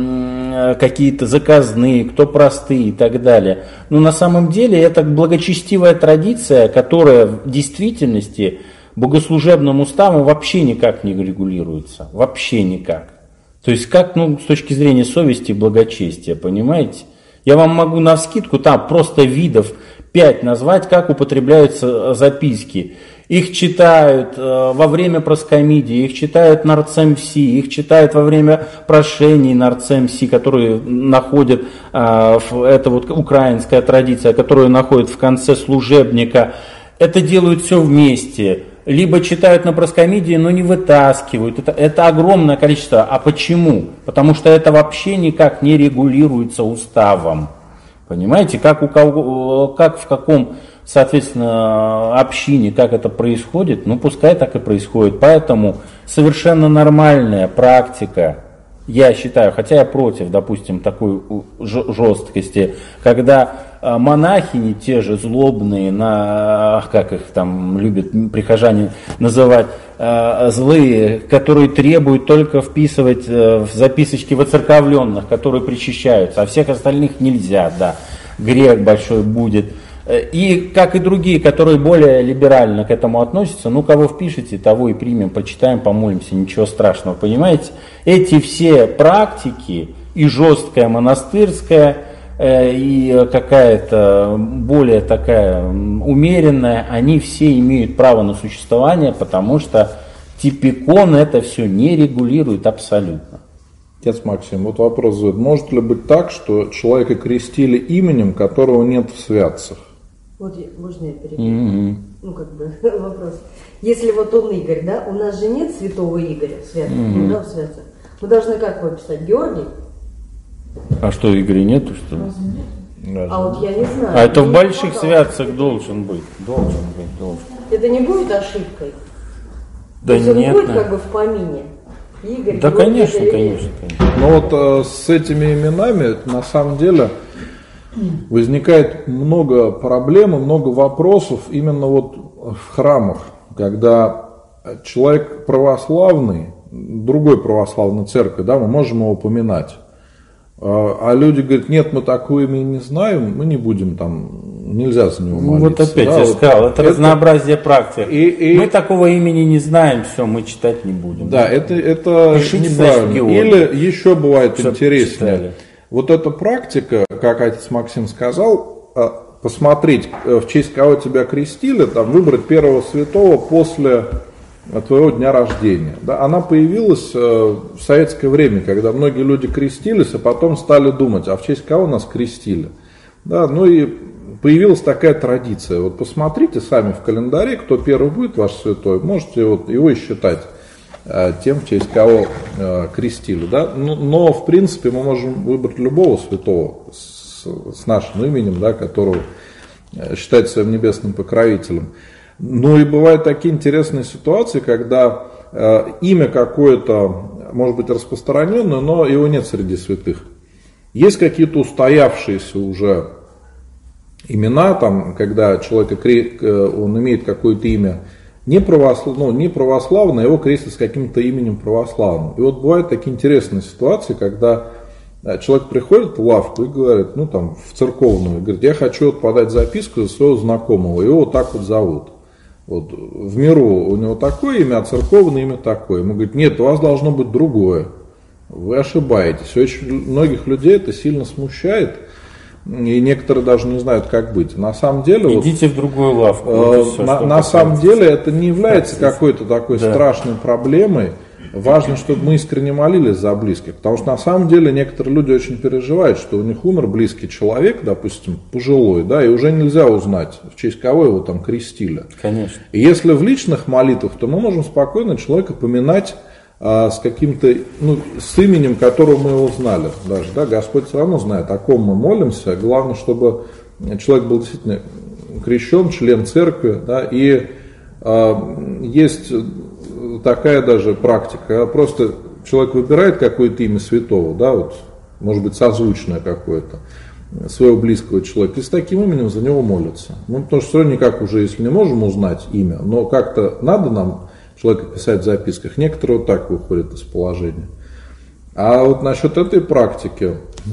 э, какие-то заказные, кто простые и так далее. Но на самом деле это благочестивая традиция, которая в действительности богослужебным уставом вообще никак не регулируется. Вообще никак. То есть как, ну, с точки зрения совести и благочестия, понимаете? Я вам могу навскидку там просто видов пять назвать, как употребляются записки. Их читают э, во время проскомидии, их читают нарцемси, их читают во время прошений нарцемси, которые находят, э, в, это вот украинская традиция, которую находят в конце служебника. Это делают все вместе. Либо читают на проскомидии, но не вытаскивают. Это, это огромное количество. А почему? Потому что это вообще никак не регулируется уставом. Понимаете, как, у кого, как в каком, соответственно, общине, как это происходит, ну пускай так и происходит. Поэтому совершенно нормальная практика, я считаю, хотя я против, допустим, такой жесткости, когда монахини, те же злобные, на, как их там любят прихожане называть, злые, которые требуют только вписывать в записочки воцерковленных, которые причащаются, а всех остальных нельзя, да, грех большой будет. И, как и другие, которые более либерально к этому относятся, ну, кого впишете, того и примем, почитаем, помолимся, ничего страшного, понимаете? Эти все практики, и жесткая монастырская, и какая-то более такая умеренная, они все имеют право на существование, потому что типикон это все не регулирует абсолютно. Отец Максим, вот вопрос задает. Может ли быть так, что человека крестили именем, которого нет в святцах? Вот, можно я перебью? Mm-hmm. Ну, как бы, вопрос. Если вот он Игорь, да, у нас же нет святого Игоря в святцах, mm-hmm. ну, да, в святцах. Мы должны как его писать? Георгий? А что, Игоря нету, что ли? Даже. А вот я не знаю. А это в не больших попал. святцах должен быть. Должен быть, должен. Это не будет ошибкой? Да То есть он нет, будет наверное. как бы в помине? Игорь, Да, Георгий, конечно, это конечно, конечно. Ну вот э, с этими именами на самом деле возникает много проблем и много вопросов именно вот в храмах, когда человек православный, другой православной церкви, да, мы можем его упоминать. А люди говорят, нет, мы такое имя не знаем, мы не будем там, нельзя за него молиться. Вот опять да, я вот сказал, это, это разнообразие практик. И, и, мы такого имени не знаем, все, мы читать не будем. Да, это, это Пишите, неправильно. значит, Или еще бывает Чтоб интереснее. читали. Вот эта практика, как отец Максим сказал, посмотреть, в честь кого тебя крестили, там, выбрать первого святого после твоего дня рождения. Да, она появилась в советское время, когда многие люди крестились, а потом стали думать, а в честь кого нас крестили. Да, ну и появилась такая традиция. Вот посмотрите сами в календаре, кто первый будет ваш святой, можете вот его и считать тем, в честь кого крестили. Да? Но, но в принципе мы можем выбрать любого святого с, с нашим именем, да, которого считать своим небесным покровителем. Ну и бывают такие интересные ситуации, когда э, имя какое-то может быть распространенное, но его нет среди святых. Есть какие-то устоявшиеся уже имена, там, когда человек он имеет какое-то имя не, православ, ну, не православное, его крестят с каким-то именем православным. И вот бывают такие интересные ситуации, когда человек приходит в лавку и говорит, ну там в церковную, говорит, я хочу вот подать записку за своего знакомого, его вот так вот зовут. Вот, в миру у него такое имя, а церковное имя такое. Ему говорят, нет, у вас должно быть другое. Вы ошибаетесь. Очень многих людей это сильно смущает, и некоторые даже не знают, как быть. На самом деле, идите вот, в другую лавку. Э, все, на на самом деле это не является какой-то такой да. страшной проблемой. Важно, чтобы мы искренне молились за близких, потому что на самом деле некоторые люди очень переживают, что у них умер близкий человек, допустим, пожилой, да, и уже нельзя узнать, в честь кого его там крестили. Конечно. И если в личных молитвах, то мы можем спокойно человека поминать а, с каким-то, ну, с именем, которого мы его знали даже, да, Господь все равно знает, о ком мы молимся, главное, чтобы человек был действительно крещен, член церкви, да, и а, есть такая даже практика, просто человек выбирает какое-то имя святого, да, вот, может быть, созвучное какое-то, своего близкого человека, и с таким именем за него молятся. Ну, потому что все равно никак уже, если не можем узнать имя, но как-то надо нам человека писать в записках, некоторые вот так выходят из положения. А вот насчет этой практики,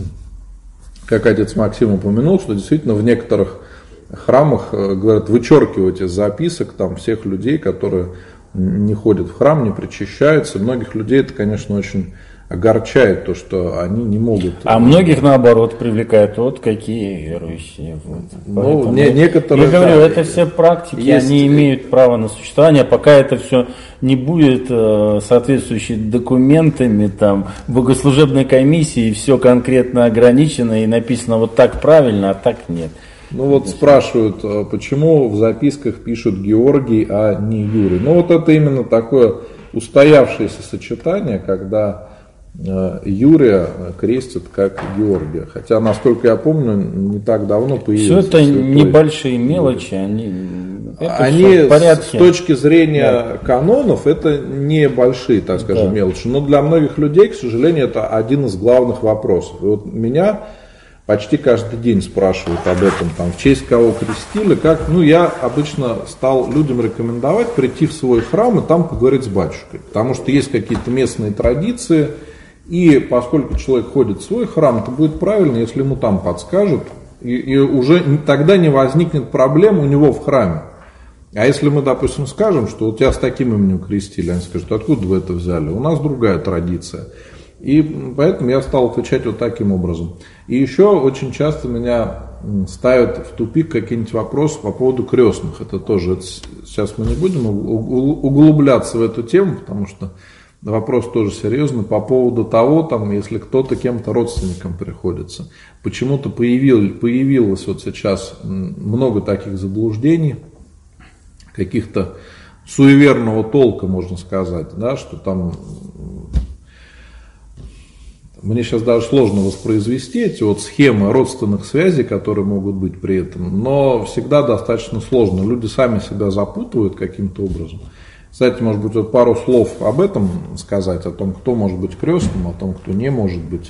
как отец Максим упомянул, что действительно в некоторых храмах, говорят, вычеркивать из записок там всех людей, которые не ходят в храм, не причащаются. Многих людей это, конечно, очень огорчает, то, что они не могут. А многих, наоборот, привлекает, вот какие верующие. Вот. Ну, не, некоторые, я говорю, да, это все практики, есть... они имеют право на существование, пока это все не будет э, соответствующими документами, там, богослужебной комиссии, все конкретно ограничено и написано вот так правильно, а так нет. Ну вот спрашивают, почему в записках пишут Георгий, а не Юрий. Ну вот это именно такое устоявшееся сочетание, когда Юрия крестят как Георгия. Хотя, насколько я помню, не так давно появилось. Все это небольшие мелочи, они, это они в порядке. С точки зрения да. канонов это небольшие, так скажем, да. мелочи. Но для многих людей, к сожалению, это один из главных вопросов. И вот меня почти каждый день спрашивают об этом, там, в честь кого крестили, как, ну, я обычно стал людям рекомендовать прийти в свой храм и там поговорить с батюшкой, потому что есть какие-то местные традиции, и поскольку человек ходит в свой храм, то будет правильно, если ему там подскажут, и, и уже тогда не возникнет проблем у него в храме. А если мы, допустим, скажем, что у тебя с таким именем крестили, они скажут, откуда вы это взяли, у нас другая традиция. И поэтому я стал отвечать вот таким образом. И еще очень часто меня ставят в тупик какие-нибудь вопросы по поводу крестных. Это тоже, это, сейчас мы не будем углубляться в эту тему, потому что вопрос тоже серьезный по поводу того, там, если кто-то кем-то родственником приходится. Почему-то появилось, появилось вот сейчас много таких заблуждений, каких-то суеверного толка, можно сказать, да, что там... Мне сейчас даже сложно воспроизвести эти вот схемы родственных связей, которые могут быть при этом, но всегда достаточно сложно. Люди сами себя запутывают каким-то образом. Кстати, может быть, вот пару слов об этом сказать, о том, кто может быть крестным, о том, кто не может быть.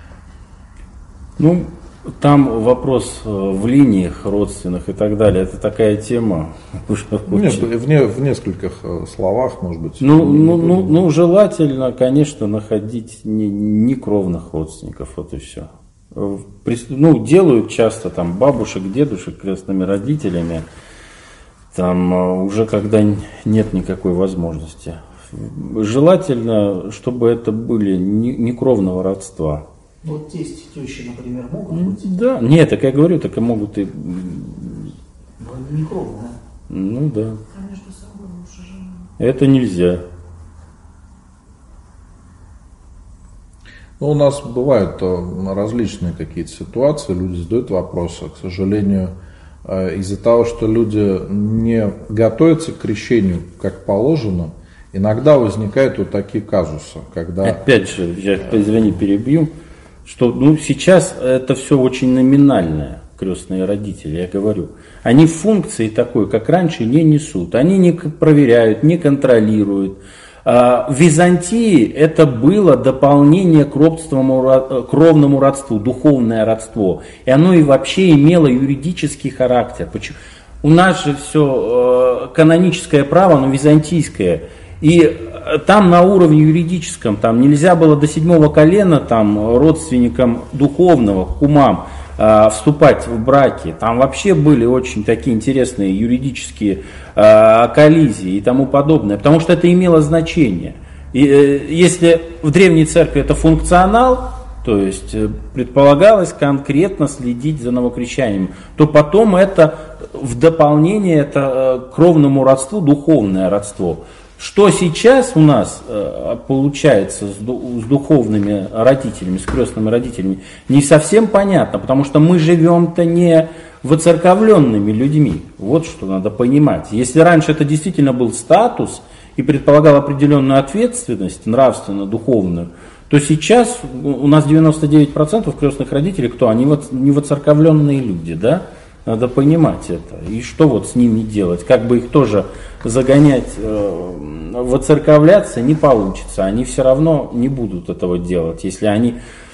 Ну, там вопрос в линиях родственных и так далее. Это такая тема. Нет, в, не, в нескольких словах, может быть. Ну, ну, ну, ну, желательно, конечно, находить не, не кровных родственников, вот и все. Ну, делают часто там бабушек, дедушек крестными родителями, там уже когда нет никакой возможности. Желательно, чтобы это были не, не кровного родства. Вот тесть, тещи, например, могут быть? Да, нет, так я говорю, так и могут и... Не кровно, да? Ну да. А между собой муж и жена? Это нельзя. Ну, у нас бывают различные какие-то ситуации, люди задают вопросы, к сожалению, из-за того, что люди не готовятся к крещению как положено, иногда возникают вот такие казусы, когда... Опять же, я, извини, перебью, что ну, сейчас это все очень номинальное, крестные родители, я говорю. Они функции такой, как раньше, не несут. Они не проверяют, не контролируют. В Византии это было дополнение к родственному, кровному родству, духовное родство. И оно и вообще имело юридический характер. Почему? У нас же все каноническое право, оно византийское. И там на уровне юридическом там нельзя было до седьмого колена там, родственникам духовного, кумам, э, вступать в браки. Там вообще были очень такие интересные юридические э, коллизии и тому подобное, потому что это имело значение. И, э, если в Древней Церкви это функционал, то есть э, предполагалось конкретно следить за новокрещанием, то потом это в дополнение это, э, к кровному родству, духовное родство. Что сейчас у нас э, получается с, ду, с духовными родителями, с крестными родителями, не совсем понятно, потому что мы живем-то не воцерковленными людьми. Вот что надо понимать. Если раньше это действительно был статус и предполагал определенную ответственность, нравственно-духовную, то сейчас у нас девяносто девять процентов крестных родителей, кто? Они вот не воцерковленные люди, да? Надо понимать это. И что вот с ними делать? Как бы их тоже загонять, э, воцерковляться не получится. Они все равно не будут этого делать, если они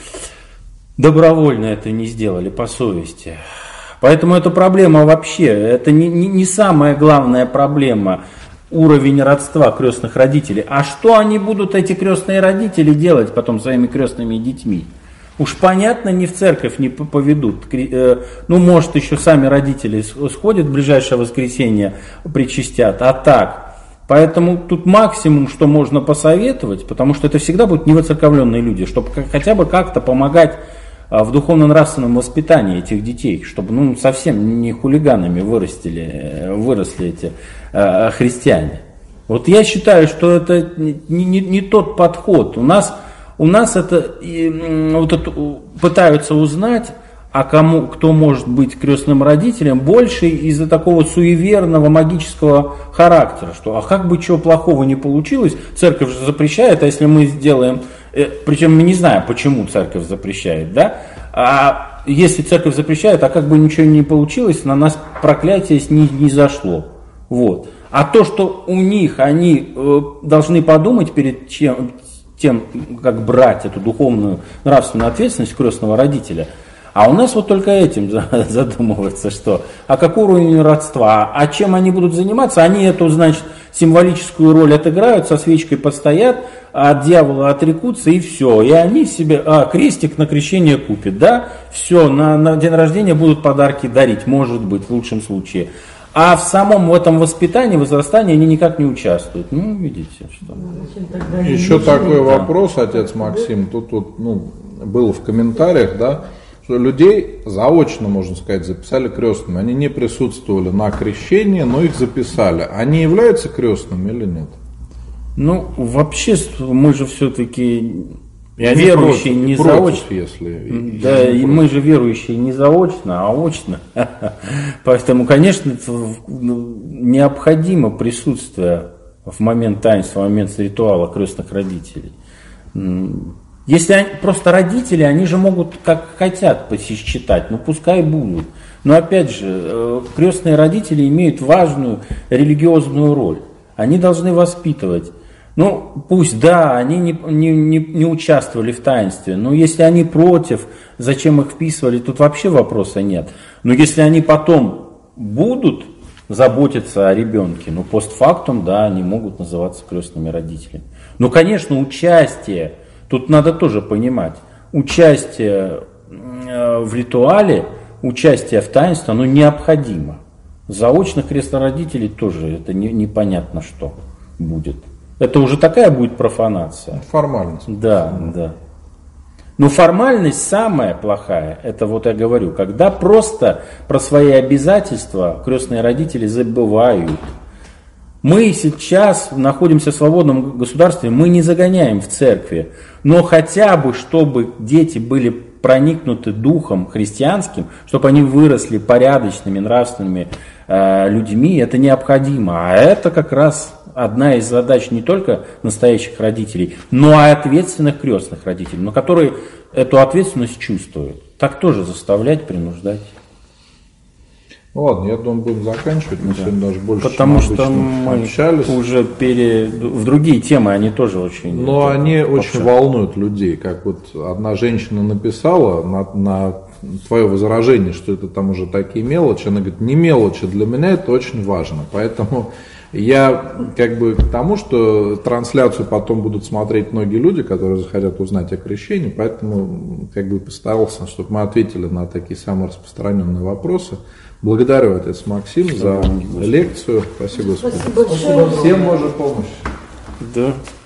добровольно это не сделали по совести. Поэтому эта проблема вообще, это не, не, не самая главная проблема, уровень родства крестных родителей. А что они будут, эти крестные родители, делать потом своими крестными детьми? Уж понятно, не в церковь не поведут. Ну, может, еще сами родители сходят в ближайшее воскресенье, причастят, а так. Поэтому тут максимум, что можно посоветовать, потому что это всегда будут невоцерковленные люди, чтобы хотя бы как-то помогать в духовно-нравственном воспитании этих детей, чтобы ну, совсем не хулиганами вырастили, выросли эти э, христиане. Вот я считаю, что это не, не, не тот подход. У нас У нас это, вот это пытаются узнать, а кому, кто может быть крестным родителем, больше из-за такого суеверного магического характера, что а как бы чего плохого не получилось, церковь же запрещает, а если мы сделаем, причем мы не знаем, почему церковь запрещает, да, а если церковь запрещает, а как бы ничего не получилось, на нас проклятие не, не зашло, вот. А то, что у них они э, должны подумать перед чем, тем, как брать эту духовную нравственную ответственность крестного родителя. А у нас вот только этим задумывается, что, а какой уровень родства, а чем они будут заниматься, они эту, значит, символическую роль отыграют, со свечкой постоят, а от дьявола отрекутся и все. И они себе, а, крестик на крещение купят, да, все, на, на день рождения будут подарки дарить, может быть, в лучшем случае. А в самом в этом воспитании, возрастании они никак не участвуют. Ну, видите, что. Еще такой вопрос, отец Максим, тут вот, ну, было в комментариях, да, что людей заочно, можно сказать, записали крестными. Они не присутствовали на крещении, но их записали. Они являются крестными или нет? Ну, вообще, мы же все-таки верующие не заочно. Если... Да, и мы же верующие не заочно, а очно. Поэтому, конечно, необходимо присутствие в момент таинства, в момент ритуала крестных родителей. Если они, просто родители, они же могут как хотят посчитать, ну пускай будут. Но опять же, крестные родители имеют важную религиозную роль. Они должны воспитывать. Ну, пусть, да, они не, не, не, не участвовали в таинстве, но если они против, зачем их вписывали, тут вообще вопроса нет. Но если они потом будут заботиться о ребенке, ну, постфактум, да, они могут называться крестными родителями. Но, конечно, участие, тут надо тоже понимать, участие в ритуале, участие в таинстве, оно необходимо. Заочных крестнородителей тоже это не, непонятно, что будет. Это уже такая будет профанация. Формальность. Да, да. Но формальность самая плохая, это вот я говорю, когда просто про свои обязательства крестные родители забывают. Мы сейчас находимся в свободном государстве, мы не загоняем в церкви, но хотя бы, чтобы дети были проникнуты духом христианским, чтобы они выросли порядочными, нравственными э, людьми, это необходимо. А это как раз одна из задач не только настоящих родителей, но и ответственных крестных родителей, но которые эту ответственность чувствуют. Так тоже заставлять, принуждать. Ну ладно, я думаю, будем заканчивать. Мы да. сегодня даже больше, Потому чем что мы общались. Уже пере... в другие темы, они тоже очень... Но они очень волнуют людей. Как вот одна женщина написала на, на твое возражение, что это там уже такие мелочи. Она говорит, не мелочи, для меня это очень важно. Поэтому я как бы к тому, что трансляцию потом будут смотреть многие люди, которые захотят узнать о крещении. Поэтому как бы постарался, чтобы мы ответили на такие самые распространенные вопросы. Благодарю, отец Максим, за лекцию. Спасибо, Господи. Спасибо большое. Всем Божьей помощи. Да.